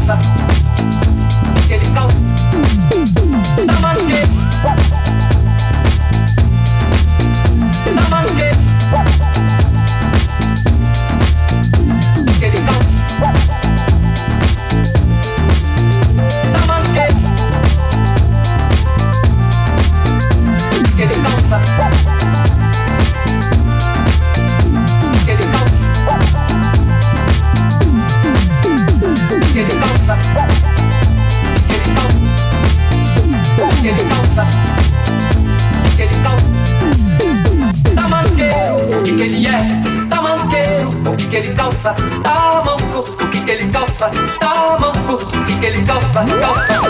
calça, tá manco, o que que ele calça, tá manco, o que que ele calça, calça.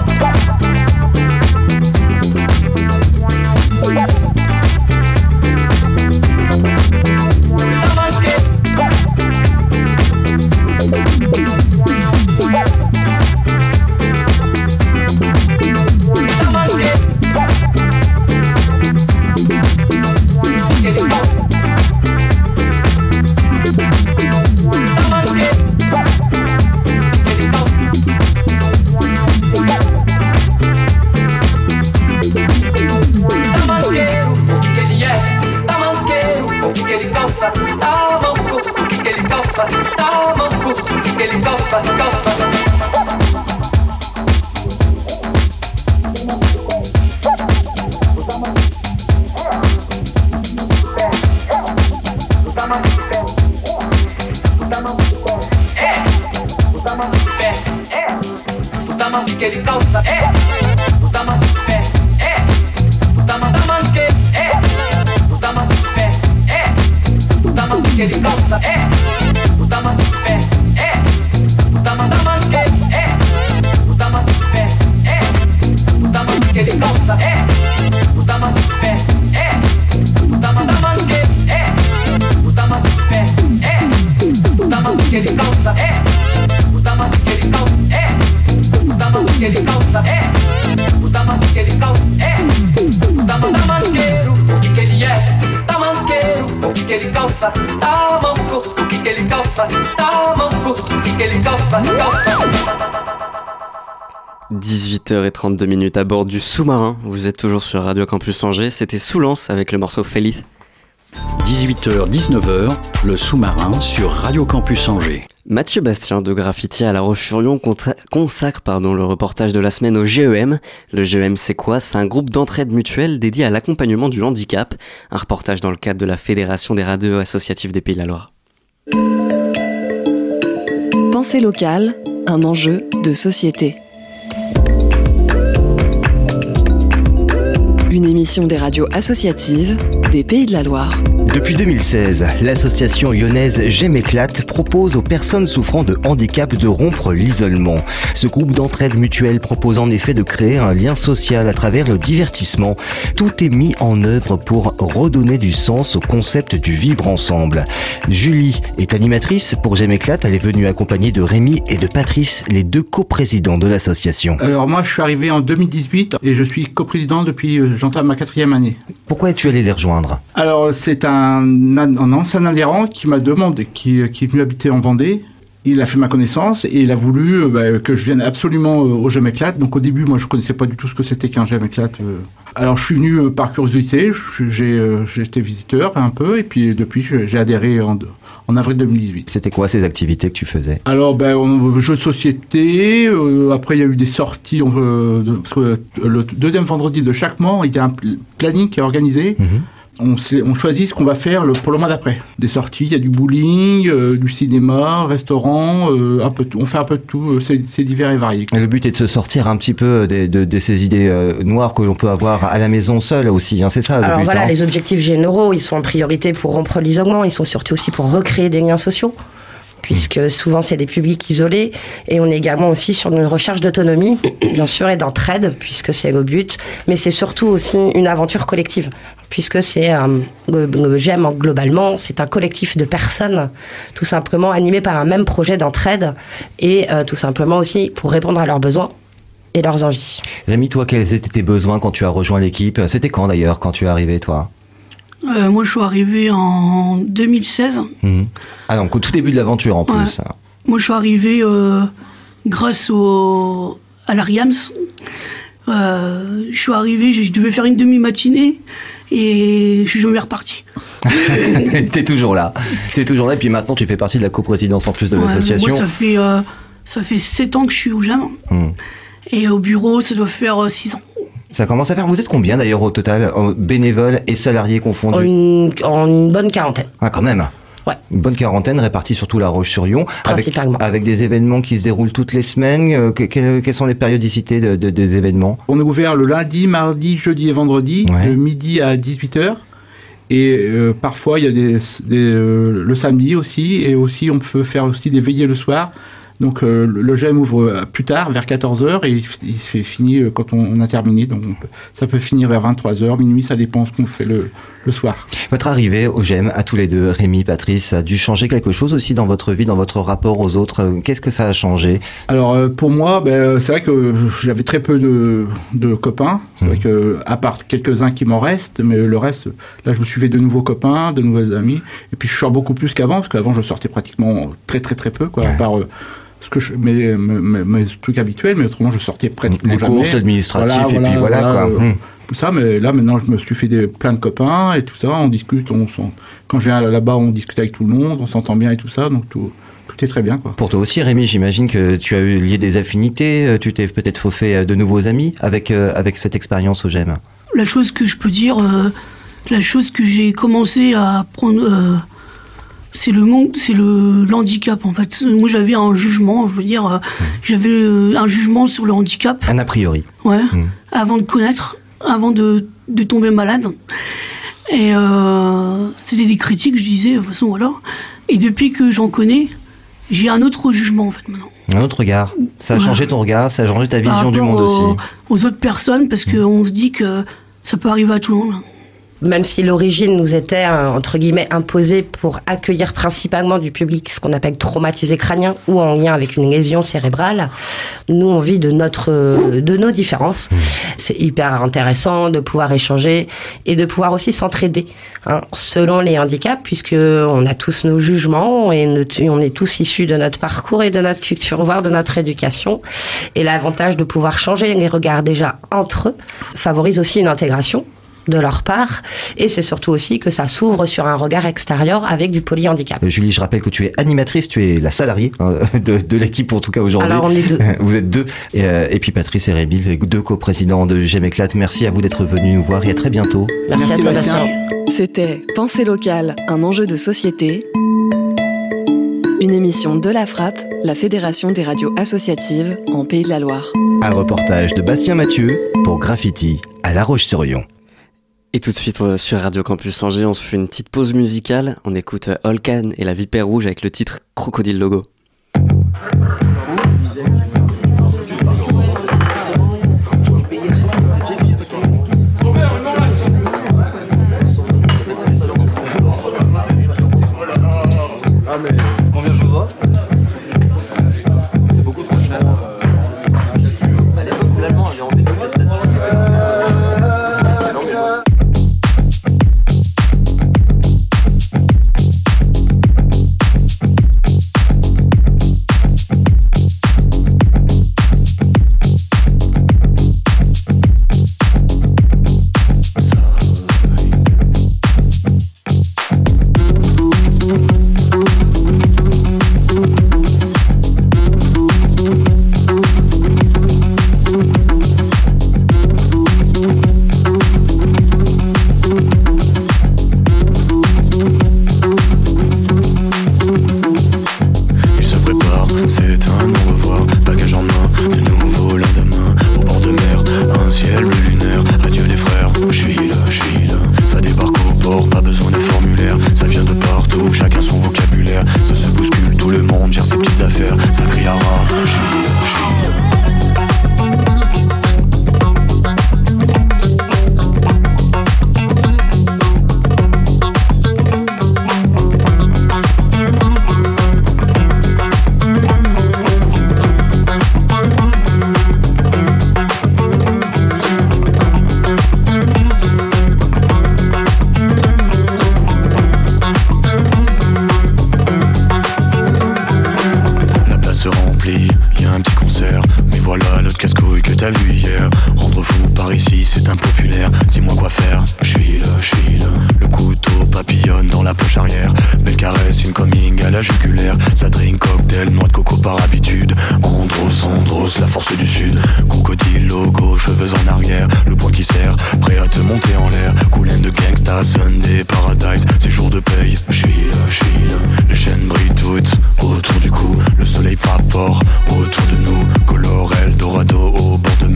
dix-huit heures trente-deux minutes à bord du sous-marin. Vous êtes toujours sur Radio Campus Angers. C'était Soulance avec le morceau Félix. dix-huit heures dix-neuf, le sous-marin sur Radio Campus Angers. Mathieu Bastien de Graffiti à La Roche-sur-Yon contra- consacre pardon, le reportage de la semaine au G E M. Le G E M, c'est quoi ? C'est un groupe d'entraide mutuelle dédié à l'accompagnement du handicap. Un reportage dans le cadre de la Fédération des radios associatives des Pays de la Loire. Pensée locale, un enjeu de société. Une émission des radios associatives des Pays de la Loire. Depuis deux mille seize, l'association lyonnaise J'aime éclate propose aux personnes souffrant de handicap de rompre l'isolement. Ce groupe d'entraide mutuelle propose en effet de créer un lien social à travers le divertissement. Tout est mis en œuvre pour redonner du sens au concept du vivre ensemble. Julie est animatrice pour J'aime éclate. Elle est venue accompagnée de Rémi et de Patrice, les deux coprésidents de l'association. Alors moi, je suis arrivé en deux mille dix-huit et je suis coprésident depuis, euh, j'entame ma quatrième année. Pourquoi es-tu allé les rejoindre ? Alors c'est un Un, un ancien adhérent qui m'a demandé, qui, qui est venu habiter en Vendée. Il a fait ma connaissance et il a voulu euh, bah, que je vienne absolument euh, au J'aime éclate. Donc au début, moi je connaissais pas du tout ce que c'était qu'un J'aime éclate. Euh. Alors je suis venu euh, par curiosité, j'ai, euh, j'ai été visiteur un peu et puis depuis j'ai adhéré en, en avril deux mille dix-huit. C'était quoi ces activités que tu faisais ? Alors ben, on, jeux de société, euh, après il y a eu des sorties, euh, de, parce que le deuxième vendredi de chaque mois, il y a un planning qui est organisé. Mmh. On, on choisit ce qu'on va faire le, pour le mois d'après. Des sorties, il y a du bowling, euh, du cinéma, restaurant, euh, un peu tout, on fait un peu de tout, euh, c'est, c'est divers et varié. Et le but est de se sortir un petit peu de, de, de ces idées euh, noires que l'on peut avoir à la maison seule aussi, hein, c'est ça le Alors but. voilà, hein. Les objectifs généraux, ils sont en priorité pour rompre l'isolement, ils sont surtout aussi pour recréer des liens sociaux, puisque souvent c'est des publics isolés, et on est également aussi sur une recherche d'autonomie, bien sûr, et d'entraide, puisque c'est le but, mais c'est surtout aussi une aventure collective, puisque c'est un, le G E M globalement, c'est un collectif de personnes, tout simplement animées par un même projet d'entraide, et euh, tout simplement aussi pour répondre à leurs besoins et leurs envies. Rémi, toi, quels étaient tes besoins quand tu as rejoint l'équipe ? C'était quand d'ailleurs, quand tu es arrivé, toi ? Euh, moi, je suis arrivé en deux mille seize. Mmh. Ah, donc au tout début de l'aventure, en ouais. plus. Moi, je suis arrivé euh, grâce au, à l'Ariams. Euh, je suis arrivé, je, je devais faire une demi-matinée et je suis jamais reparti. T'es toujours là. T'es toujours là, et puis maintenant, tu fais partie de la coprésidence en plus de ouais, l'association. Moi, ça fait, euh, ça fait sept ans que je suis au G E M. Mmh. Et au bureau, ça doit faire euh, six ans. Ça commence à faire. Vous êtes combien d'ailleurs au total, bénévoles et salariés confondus ? En une, en une bonne quarantaine. Ah, quand même. Ouais. Une bonne quarantaine répartie sur tout La Roche-sur-Yon. Principalement. Avec, avec des événements qui se déroulent toutes les semaines. Euh, que, que, quelles sont les périodicités de, de, des événements ? On est ouvert le lundi, mardi, jeudi et vendredi, ouais. de midi à dix-huit heures. Et euh, parfois, il y a des, des, euh, le samedi aussi, et aussi on peut faire aussi des veillées le soir. Donc euh, le G E M ouvre plus tard, vers quatorze heures, et il, il se fait fini quand on, on a terminé. Donc on peut, ça peut finir vers vingt-trois heures, minuit, ça dépend ce qu'on fait le, le soir. Votre arrivée au G E M, à tous les deux, Rémi, Patrice, a dû changer quelque chose aussi dans votre vie, dans votre rapport aux autres. Qu'est-ce que ça a changé ? Alors euh, pour moi, ben, c'est vrai que j'avais très peu de, de copains. C'est mmh. vrai que, à part quelques-uns qui m'en restent, mais le reste, là je me suis fait de nouveaux copains, de nouvelles amies. Et puis je sors beaucoup plus qu'avant, parce qu'avant je sortais pratiquement très très très peu, quoi, ouais. à part... Euh, ce que je, mes, mes, mes trucs habituels, mais autrement je sortais pratiquement les jamais. Les courses administratives voilà, et voilà, puis voilà, voilà quoi. Euh, tout ça, mais là maintenant je me suis fait des, plein de copains et tout ça, on discute, on, on, quand je viens là-bas on discute avec tout le monde, on s'entend bien et tout ça, donc tout, tout est très bien, quoi. Pour toi aussi Rémi, j'imagine que tu as eu lié des affinités, tu t'es peut-être fait de nouveaux amis avec, euh, avec cette expérience au G E M. La chose que je peux dire, euh, la chose que j'ai commencé à prendre... Euh, c'est le monde, c'est le l'handicap en fait. Moi j'avais un jugement, je veux dire, euh, mmh. j'avais euh, un jugement sur le handicap. Un a priori. Ouais. Mmh. Avant de connaître, avant de, de tomber malade. Et euh, c'était des critiques, je disais, de toute façon voilà. Et depuis que j'en connais, j'ai un autre jugement en fait maintenant. Un autre regard. Ça a ouais. changé ton regard, ça a changé ta vision du monde aux, aussi. Aux autres personnes, parce mmh. qu'on se dit que ça peut arriver à tout le monde. Même si l'origine nous était, entre guillemets, imposée pour accueillir principalement du public, ce qu'on appelle traumatisé crânien, ou en lien avec une lésion cérébrale, nous, on vit de, notre, de nos différences. C'est hyper intéressant de pouvoir échanger et de pouvoir aussi s'entraider, hein, selon les handicaps, puisqu'on a tous nos jugements et on est tous issus de notre parcours et de notre culture, voire de notre éducation. Et l'avantage de pouvoir changer les regards déjà entre eux favorise aussi une intégration de leur part, et c'est surtout aussi que ça s'ouvre sur un regard extérieur avec du polyhandicap. Julie, je rappelle que tu es animatrice, tu es la salariée hein, de, de l'équipe en tout cas aujourd'hui. Alors on est deux. Vous êtes deux, et, euh, et puis Patrice et Rémi, les deux coprésidents de G E M Éclate. Merci à vous d'être venus nous voir et à très bientôt. Merci, Merci à toi Bastien. C'était Pensée locale, un enjeu de société. Une émission de la Frappe, la Fédération des radios associatives en Pays de la Loire. Un reportage de Bastien Mathieu pour Graffiti à La Roche-sur-Yon. Et tout de suite euh, sur Radio Campus Angers, on se fait une petite pause musicale. On écoute euh, Holkan et la Vipère Rouge avec le titre Crocodile Logo. Ah mais combien je vous vois ? C'est beaucoup trop cher. À l'époque où l'allemand avait enlevé toutes les statues.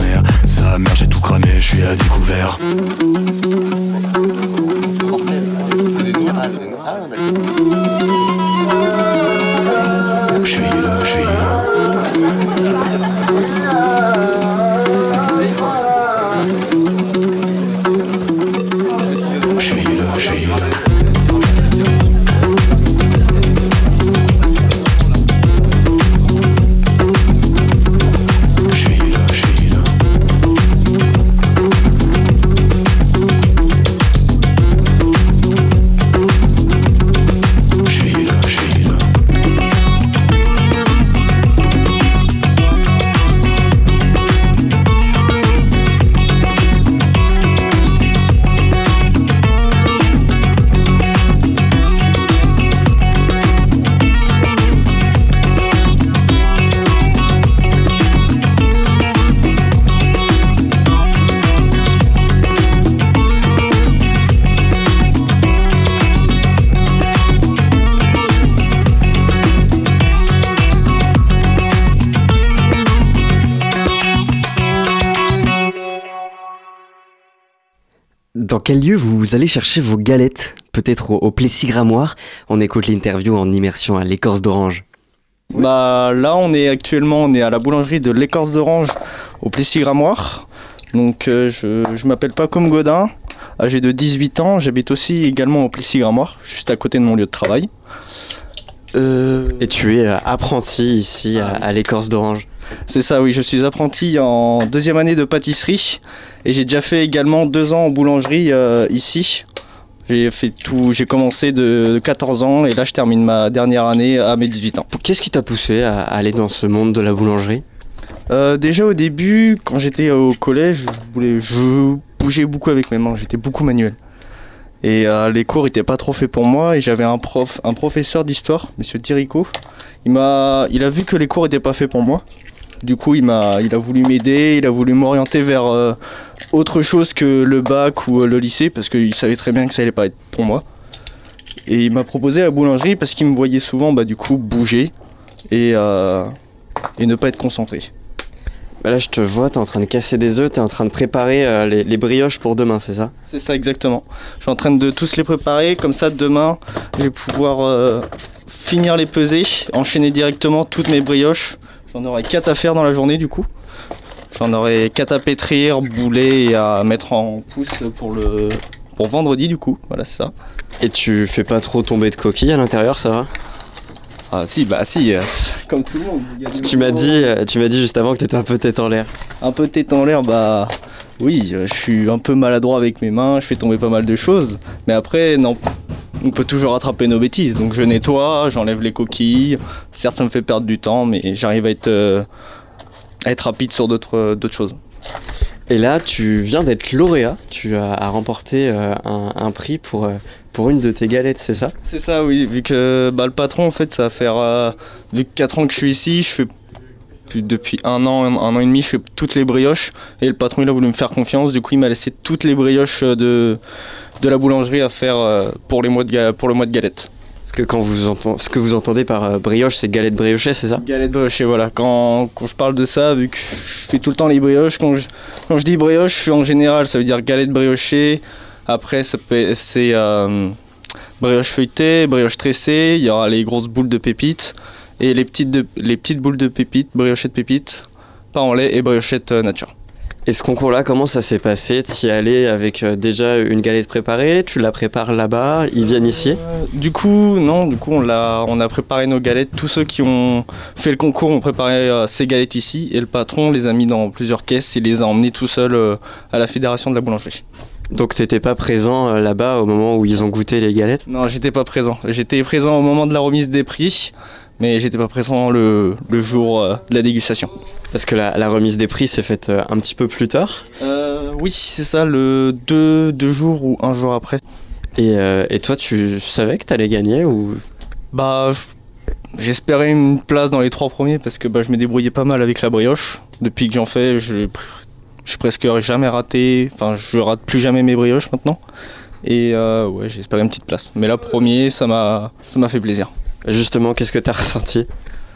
Mortel. Dans quel lieu vous allez chercher vos galettes? Peut-être au, au Plessis-Grammoire? On écoute l'interview en immersion à l'écorce d'orange. Bah là on est actuellement on est à la boulangerie de l'écorce d'orange au Plessis-Grammoire. Donc euh, je, je m'appelle Pacôme Godin, âgé de dix-huit ans, j'habite aussi également au Plessis-Grammoire, juste à côté de mon lieu de travail. Euh... Et tu es apprenti ici à, à l'écorce d'orange? C'est ça, oui, je suis apprenti en deuxième année de pâtisserie et j'ai déjà fait également deux ans en boulangerie euh, ici. J'ai fait tout, j'ai commencé de quatorze ans et là je termine ma dernière année à mes dix-huit ans. Qu'est-ce qui t'a poussé à aller dans ce monde de la boulangerie? euh, Déjà au début, quand j'étais au collège, je, voulais, je bougeais beaucoup avec mes mains, j'étais beaucoup manuel. Et euh, les cours n'étaient pas trop faits pour moi et j'avais un prof, un professeur d'histoire, monsieur Thirico. Il m'a, il a vu que les cours n'étaient pas faits pour moi. Du coup, il m'a, il a voulu m'aider, il a voulu m'orienter vers euh, autre chose que le bac ou euh, le lycée parce qu'il savait très bien que ça allait pas être pour moi. Et il m'a proposé la boulangerie parce qu'il me voyait souvent, bah, du coup, bouger et, euh, et ne pas être concentré. Bah là, je te vois, t'es en train de casser des œufs, t'es en train de préparer euh, les, les brioches pour demain, c'est ça? C'est ça, exactement. Je suis en train de tous les préparer, comme ça, demain, je vais pouvoir euh, finir les peser, enchaîner directement toutes mes brioches. J'en aurai quatre à faire dans la journée, du coup. J'en aurai quatre à pétrir, bouler et à mettre en pousse pour, le, pour vendredi, du coup. Voilà, c'est ça. Et tu fais pas trop tomber de coquilles à l'intérieur, ça va? Ah si, bah si, euh, comme tout le monde. Tu m'as dit, tu m'as dit juste avant que t'étais un peu tête en l'air. Un peu tête en l'air, bah oui, je suis un peu maladroit avec mes mains, je fais tomber pas mal de choses. Mais après, non, on peut toujours rattraper nos bêtises. Donc je nettoie, j'enlève les coquilles. Certes, ça me fait perdre du temps, mais j'arrive à être, euh, à être rapide sur d'autres, d'autres choses. Et là, tu viens d'être lauréat, tu as, as remporté euh, un, un prix pour, euh, pour une de tes galettes, c'est ça? C'est ça, oui, vu que bah, le patron, en fait, ça va faire, euh, vu que quatre ans que je suis ici, je fais plus, depuis un an, un an et demi, je fais toutes les brioches, et le patron, il a voulu me faire confiance, du coup, il m'a laissé toutes les brioches de, de la boulangerie à faire euh, pour, les mois de, pour le mois de galette. Que quand vous entendez, ce que vous entendez par euh, brioche, c'est galette briochée, c'est ça? Galette briochée, voilà. Quand, quand je parle de ça, vu que je fais tout le temps les brioches, quand je, quand je dis brioche, je fais en général, ça veut dire galette briochée. Après, ça peut, c'est euh, brioche feuilletée, brioche tressée, il y aura les grosses boules de pépites et les petites, de, les petites boules de pépites, briochettes pépites, pain en lait et briochettes euh, nature. Et ce concours-là, comment ça s'est passé? Tu y allais avec euh, déjà une galette préparée? Tu la prépares là-bas? Ils viennent ici? euh, Du coup, non. Du coup, on, l'a, on a préparé nos galettes. Tous ceux qui ont fait le concours ont préparé euh, ces galettes ici. Et le patron les a mis dans plusieurs caisses et les a emmenés tout seul euh, à la fédération de la boulangerie. Donc t'étais pas présent euh, là-bas au moment où ils ont goûté les galettes? Non, j'étais pas présent. J'étais présent au moment de la remise des prix, mais j'étais pas présent le, le jour euh, de la dégustation. Parce que la, la remise des prix s'est faite euh, un petit peu plus tard? euh, Oui, c'est ça, le deux, deux jours ou un jour après. Et, euh, et toi, tu savais que t'allais gagner ou... Bah, j'espérais une place dans les trois premiers parce que bah, je me débrouillais pas mal avec la brioche. Depuis que j'en fais, je je presque jamais raté, enfin je rate plus jamais mes brioches maintenant. Et euh, ouais, j'espérais une petite place. Mais là, premier, ça m'a, ça m'a fait plaisir. Justement, qu'est-ce que t'as ressenti?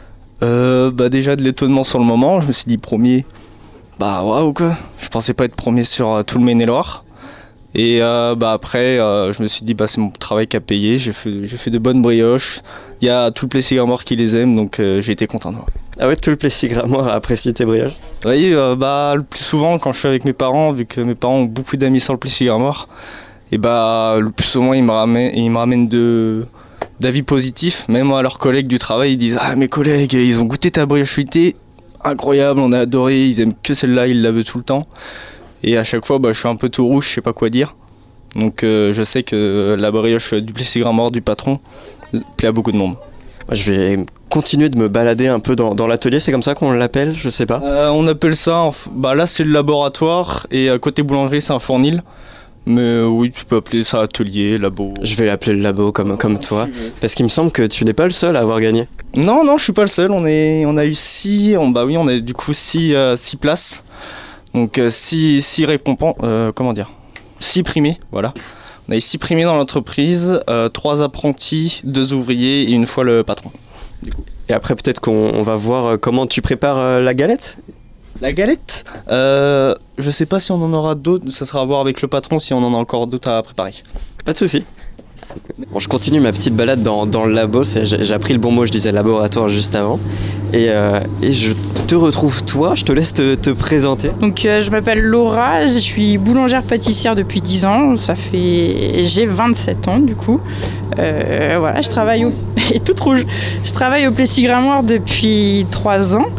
euh, Bah déjà de l'étonnement sur le moment. Je me suis dit premier, bah waouh quoi. Je pensais pas être premier sur euh, tout le Maine-et-Loire. Et euh, bah après, euh, je me suis dit bah c'est mon travail qui a payé. J'ai fait, j'ai fait de bonnes brioches. Il y a tout le Plessis-Grammoire qui les aime, donc euh, j'ai été content de moi. Ah ouais, tout le Plessis-Grammoire apprécie tes brioches? Oui, euh, bah le plus souvent quand je suis avec mes parents, vu que mes parents ont beaucoup d'amis sur le Plessis-Grammoire, et bah le plus souvent ils me ramènent, ils me ramènent de d'avis positifs. Même à leurs collègues du travail, ils disent ah mes collègues, ils ont goûté ta brioche feuilletée, incroyable, on a adoré, ils aiment que celle-là, ils la veulent tout le temps. Et à chaque fois, bah, je suis un peu tout rouge, je sais pas quoi dire. Donc euh, je sais que la brioche du Plessis-Grammoire du patron plaît à beaucoup de monde. Je vais continuer de me balader un peu dans, dans l'atelier, c'est comme ça qu'on l'appelle, je sais pas. Euh, on appelle ça, bah là c'est le laboratoire et à côté boulangerie c'est un fournil. Mais euh, oui, tu peux appeler ça atelier, labo. Je vais l'appeler le labo comme, comme toi, parce qu'il me semble que tu n'es pas le seul à avoir gagné. Non, non, je suis pas le seul, on, est, on a eu six, on, bah oui, on a du coup six, euh, six places. Donc euh, six, six récompenses, euh, comment dire, six primés, voilà. On a eu six primés dans l'entreprise, euh, trois apprentis, deux ouvriers et une fois le patron. Du coup. Et après peut-être qu'on on va voir comment tu prépares euh, la galette. La galette euh, Je sais pas si on en aura d'autres, ça sera à voir avec le patron si on en a encore d'autres à préparer. Pas de souci. Bon, je continue ma petite balade dans, dans le labo, c'est, j'ai, j'ai appris le bon mot, je disais laboratoire juste avant. Et, euh, et je te retrouve toi, je te laisse te, te présenter. Donc euh, je m'appelle Laura, je suis boulangère pâtissière depuis dix ans, ça fait... j'ai vingt-sept ans du coup. Euh, voilà, je travaille au... et toute rouge. Je travaille au Plessis-Grimoire depuis trois ans.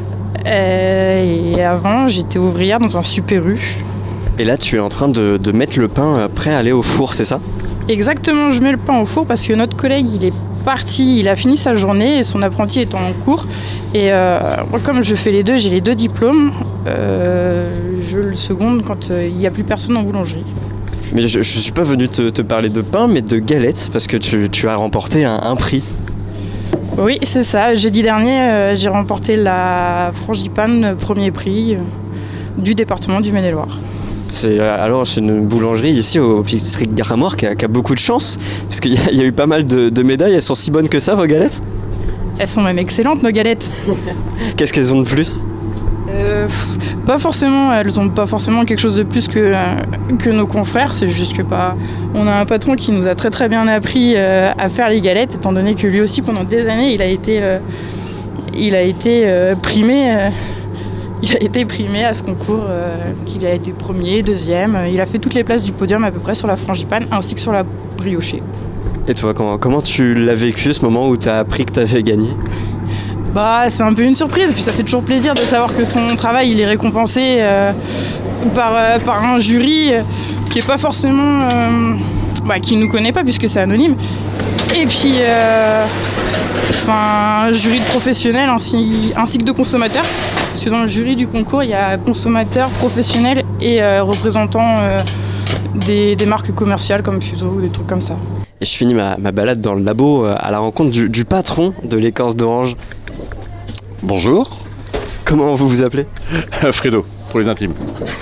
Euh, et avant, j'étais ouvrière dans un Super U. Et là, tu es en train de, de mettre le pain prêt à aller au four, c'est ça ? Exactement, je mets le pain au four parce que notre collègue, il est parti, il a fini sa journée et son apprenti est en cours. Et euh, moi, comme je fais les deux, j'ai les deux diplômes, euh, je le seconde quand il euh, n'y a plus personne en boulangerie. Mais je ne suis pas venu te, te parler de pain, mais de galettes, parce que tu, tu as remporté un, un prix. Oui, c'est ça. Jeudi dernier, euh, j'ai remporté la frangipane premier prix euh, du département du Maine-et-Loire. C'est, alors, c'est une boulangerie ici au Plessis-Grimoire qui a, qui a beaucoup de chance, parce qu'il y a, il y a eu pas mal de, de médailles. Elles sont si bonnes que ça, vos galettes ? Elles sont même excellentes, nos galettes. Qu'est-ce qu'elles ont de plus ? Euh, pas forcément, elles ont pas forcément quelque chose de plus que, euh, que nos confrères, c'est juste que bah, on a un patron qui nous a très très bien appris euh, à faire les galettes, étant donné que lui aussi pendant des années il a été, euh, il a été euh, primé, euh, il a été primé à ce concours, euh, qu'il a été premier, deuxième, il a fait toutes les places du podium à peu près sur la frangipane ainsi que sur la briochée. Et toi, comment, comment tu l'as vécu ce moment où tu as appris que tu avais gagné ? Bah, c'est un peu une surprise, puis ça fait toujours plaisir de savoir que son travail il est récompensé euh, par, euh, par un jury euh, qui est pas forcément, euh, bah, qui nous connaît pas puisque c'est anonyme. Et puis, euh, enfin, un jury de professionnels ainsi, ainsi que de consommateurs, parce que dans le jury du concours il y a consommateurs, professionnels et euh, représentants euh, des, des marques commerciales comme Fuso ou des trucs comme ça. Et je finis ma, ma balade dans le labo euh, à la rencontre du, du patron de l'écorce d'orange. Bonjour. Comment vous vous appelez ? Fredo, pour les intimes.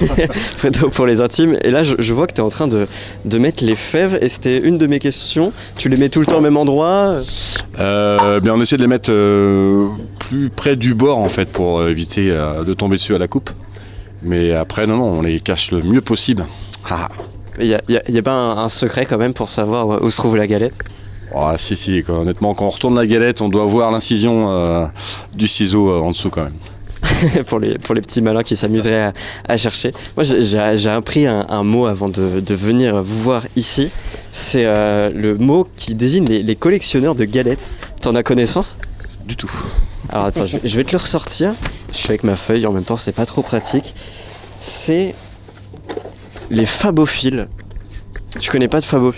Fredo pour les intimes. Et là, je, je vois que tu es en train de, de mettre les fèves. Et c'était une de mes questions. Tu les mets tout le temps au même endroit ? euh, bien, On essaie de les mettre euh, plus près du bord, en fait, pour éviter euh, de tomber dessus à la coupe. Mais après, non, non, on les cache le mieux possible. Il n'y a, y a, y a pas un, un secret, quand même, pour savoir où se trouve la galette ? Oh, si, si, quoi. Honnêtement, quand on retourne la galette, on doit voir l'incision euh, du ciseau euh, en dessous quand même. pour, les, pour les petits malins qui s'amuseraient à, à chercher. Moi, j'ai, j'ai appris un, un mot avant de, de venir vous voir ici. C'est euh, le mot qui désigne les, les collectionneurs de galettes. T'en as connaissance ? Du tout. Alors attends, je, je vais te le ressortir. Je suis avec ma feuille, en même temps, c'est pas trop pratique. C'est les fabophiles. Tu connais pas de fabophiles ?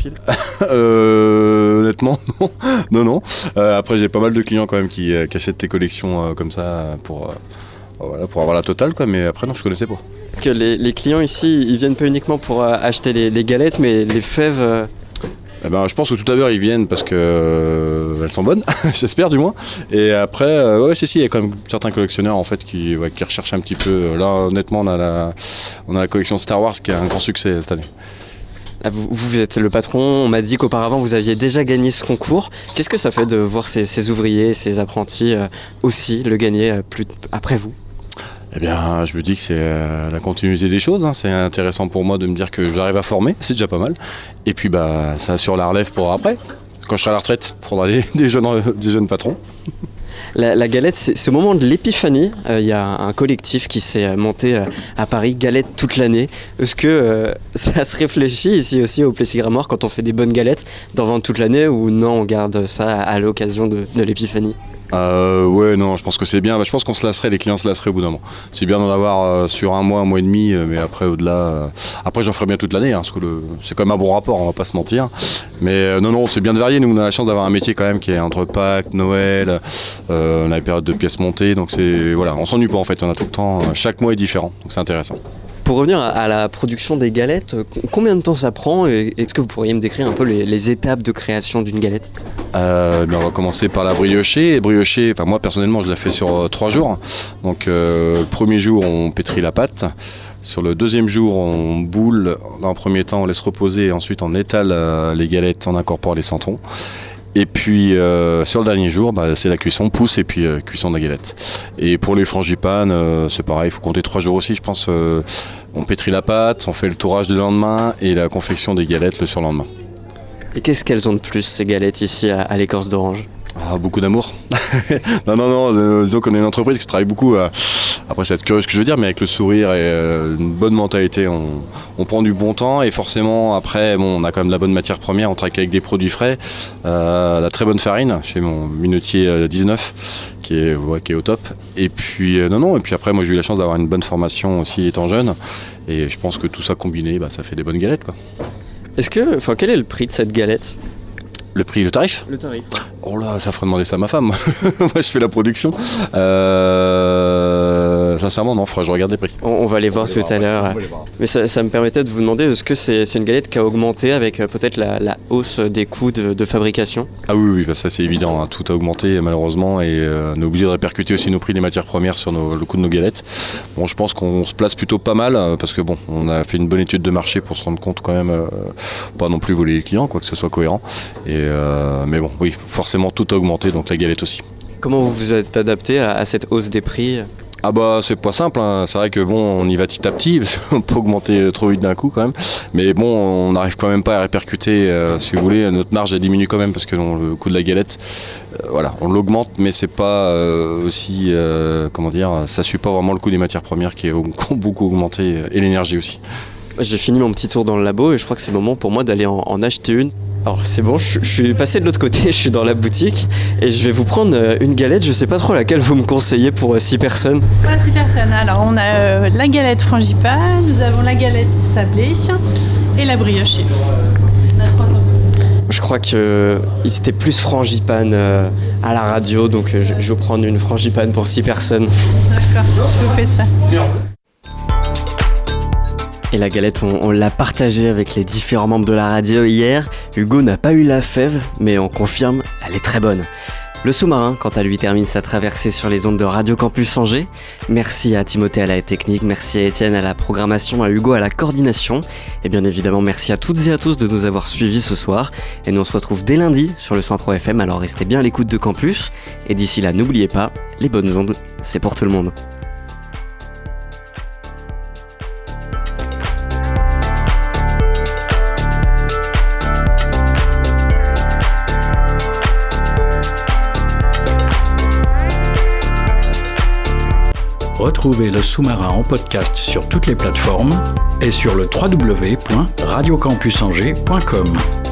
euh, Honnêtement, non. non, non. Euh, après, j'ai pas mal de clients quand même qui, euh, qui achètent tes collections euh, comme ça pour, euh, voilà, pour avoir la totale, quoi. Mais après, non, je connaissais pas. Parce que les, les clients ici, ils viennent pas uniquement pour euh, acheter les, les galettes, mais les fèves. Euh... Eh ben, je pense que tout à l'heure, ils viennent parce que euh, elles sont bonnes, j'espère du moins. Et après, euh, ouais, si, si, il y a quand même certains collectionneurs en fait qui, ouais, qui recherchent un petit peu. Là, honnêtement, on a la, on a la collection Star Wars qui a un grand succès cette année. Vous, vous êtes le patron, on m'a dit qu'auparavant vous aviez déjà gagné ce concours. Qu'est-ce que ça fait de voir ces, ces ouvriers, ces apprentis euh, aussi le gagner euh, plus après vous ? Eh bien, je me dis que c'est euh, la continuité des choses. Hein. C'est intéressant pour moi de me dire que j'arrive à former, c'est déjà pas mal. Et puis, bah, ça assure la relève pour après. Quand je serai à la retraite, il faudra des, des, jeunes, des jeunes patrons. La, la galette, c'est, c'est au moment de l'épiphanie. Il euh, y a un collectif qui s'est monté euh, à Paris, Galette toute l'année. Est-ce que euh, ça se réfléchit ici aussi au Plessis-Grimoire quand on fait des bonnes galettes d'en vendre toute l'année ou non, on garde ça à, à l'occasion de, de l'épiphanie ? Euh, ouais, non, je pense que c'est bien. Bah, je pense qu'on se lasserait, les clients se lasseraient au bout d'un moment. C'est bien d'en avoir euh, sur un mois, un mois et demi, euh, mais après, au-delà. Euh... Après, j'en ferai bien toute l'année, hein, parce que le... c'est quand même un bon rapport, on va pas se mentir. Mais euh, non, non, c'est bien de varier. Nous, on a la chance d'avoir un métier quand même qui est entre Pâques, Noël, euh, on a les périodes de pièces montées, donc c'est. Voilà, on s'ennuie pas en fait, on a tout le temps. Chaque mois est différent, donc c'est intéressant. Pour revenir à la production des galettes, combien de temps ça prend et est-ce que vous pourriez me décrire un peu les, les étapes de création d'une galette ? euh, ben On va commencer par la briocher. Et briocher, enfin moi personnellement je la fais sur euh, trois jours. Donc euh, le premier jour on pétrit la pâte. Sur le deuxième jour on boule. Dans un premier temps on laisse reposer et ensuite on étale euh, les galettes, on incorpore les centrons. Et puis euh, sur le dernier jour, bah, c'est la cuisson, pousse et puis euh, cuisson de la galette. Et pour les frangipanes, euh, c'est pareil, il faut compter trois jours aussi, je pense. Euh, on pétrit la pâte, on fait le tourage le lendemain et la confection des galettes le surlendemain. Et qu'est-ce qu'elles ont de plus, ces galettes ici à, à l'écorce d'orange? Ah, beaucoup d'amour. non, non, non, euh, disons qu'on est une entreprise qui travaille beaucoup, euh, après c'est être curieux ce que je veux dire, mais avec le sourire et euh, une bonne mentalité, on, on prend du bon temps et forcément après, bon, on a quand même de la bonne matière première, on travaille avec des produits frais, euh, la très bonne farine chez mon Minotier euh, dix-neuf qui est, ouais, qui est au top. Et puis, euh, non, non, et puis après, moi j'ai eu la chance d'avoir une bonne formation aussi étant jeune et je pense que tout ça combiné, bah, ça fait des bonnes galettes, quoi. Est-ce que, enfin, quel est le prix de cette galette? Le prix, le tarif? Le tarif. Oh là, ça ferait demander ça à ma femme. Moi, je fais la production. Euh, sincèrement, non, faudrait que je regarde les prix. On, on va les voir tout à l'heure. Mais ça, ça me permettait de vous demander, est-ce que c'est, c'est une galette qui a augmenté avec euh, peut-être la, la hausse des coûts de, de fabrication? Ah oui, oui, bah ça c'est évident. Hein. Tout a augmenté malheureusement et euh, on est obligé de répercuter aussi nos prix des matières premières sur nos, le coût de nos galettes. Bon, je pense qu'on se place plutôt pas mal euh, parce que bon, on a fait une bonne étude de marché pour se rendre compte quand même, euh, pas non plus voler les clients, quoi, que ce soit cohérent. Et Euh, mais bon, oui, forcément tout a augmenté, donc la galette aussi. Comment vous vous êtes adapté à, à cette hausse des prix? Ah bah c'est pas simple, hein. C'est vrai que bon, on y va petit à petit, parce qu'on peut augmenter trop vite d'un coup quand même. Mais bon, on n'arrive quand même pas à répercuter, euh, si vous voulez, notre marge elle diminue quand même, parce que bon, le coût de la galette, euh, voilà, on l'augmente, mais c'est pas euh, aussi, euh, comment dire, ça suit pas vraiment le coût des matières premières qui ont beaucoup augmenté, et l'énergie aussi. J'ai fini mon petit tour dans le labo et je crois que c'est le moment pour moi d'aller en, en acheter une. Alors c'est bon, je, je suis passé de l'autre côté, je suis dans la boutique et je vais vous prendre une galette, je sais pas trop laquelle vous me conseillez pour six personnes. Pour six personnes, alors on a euh, la galette frangipane, nous avons la galette sablée et la briochée. Je crois qu'ils euh, étaient plus frangipane euh, à la radio, donc euh, je, je vais prendre une frangipane pour six personnes. D'accord, je vous fais ça. Et la galette, on, on l'a partagée avec les différents membres de la radio hier. Hugo n'a pas eu la fève, mais on confirme, elle est très bonne. Le sous-marin, quant à lui, termine sa traversée sur les ondes de Radio Campus Angers. Merci à Timothée à la technique, merci à Étienne à la programmation, à Hugo à la coordination. Et bien évidemment, merci à toutes et à tous de nous avoir suivis ce soir. Et nous on se retrouve dès lundi sur le cent trois F M, alors restez bien à l'écoute de Campus. Et d'ici là, n'oubliez pas, les bonnes ondes, c'est pour tout le monde. Retrouvez le sous-marin en podcast sur toutes les plateformes et sur le w w w point radio campus angers point com.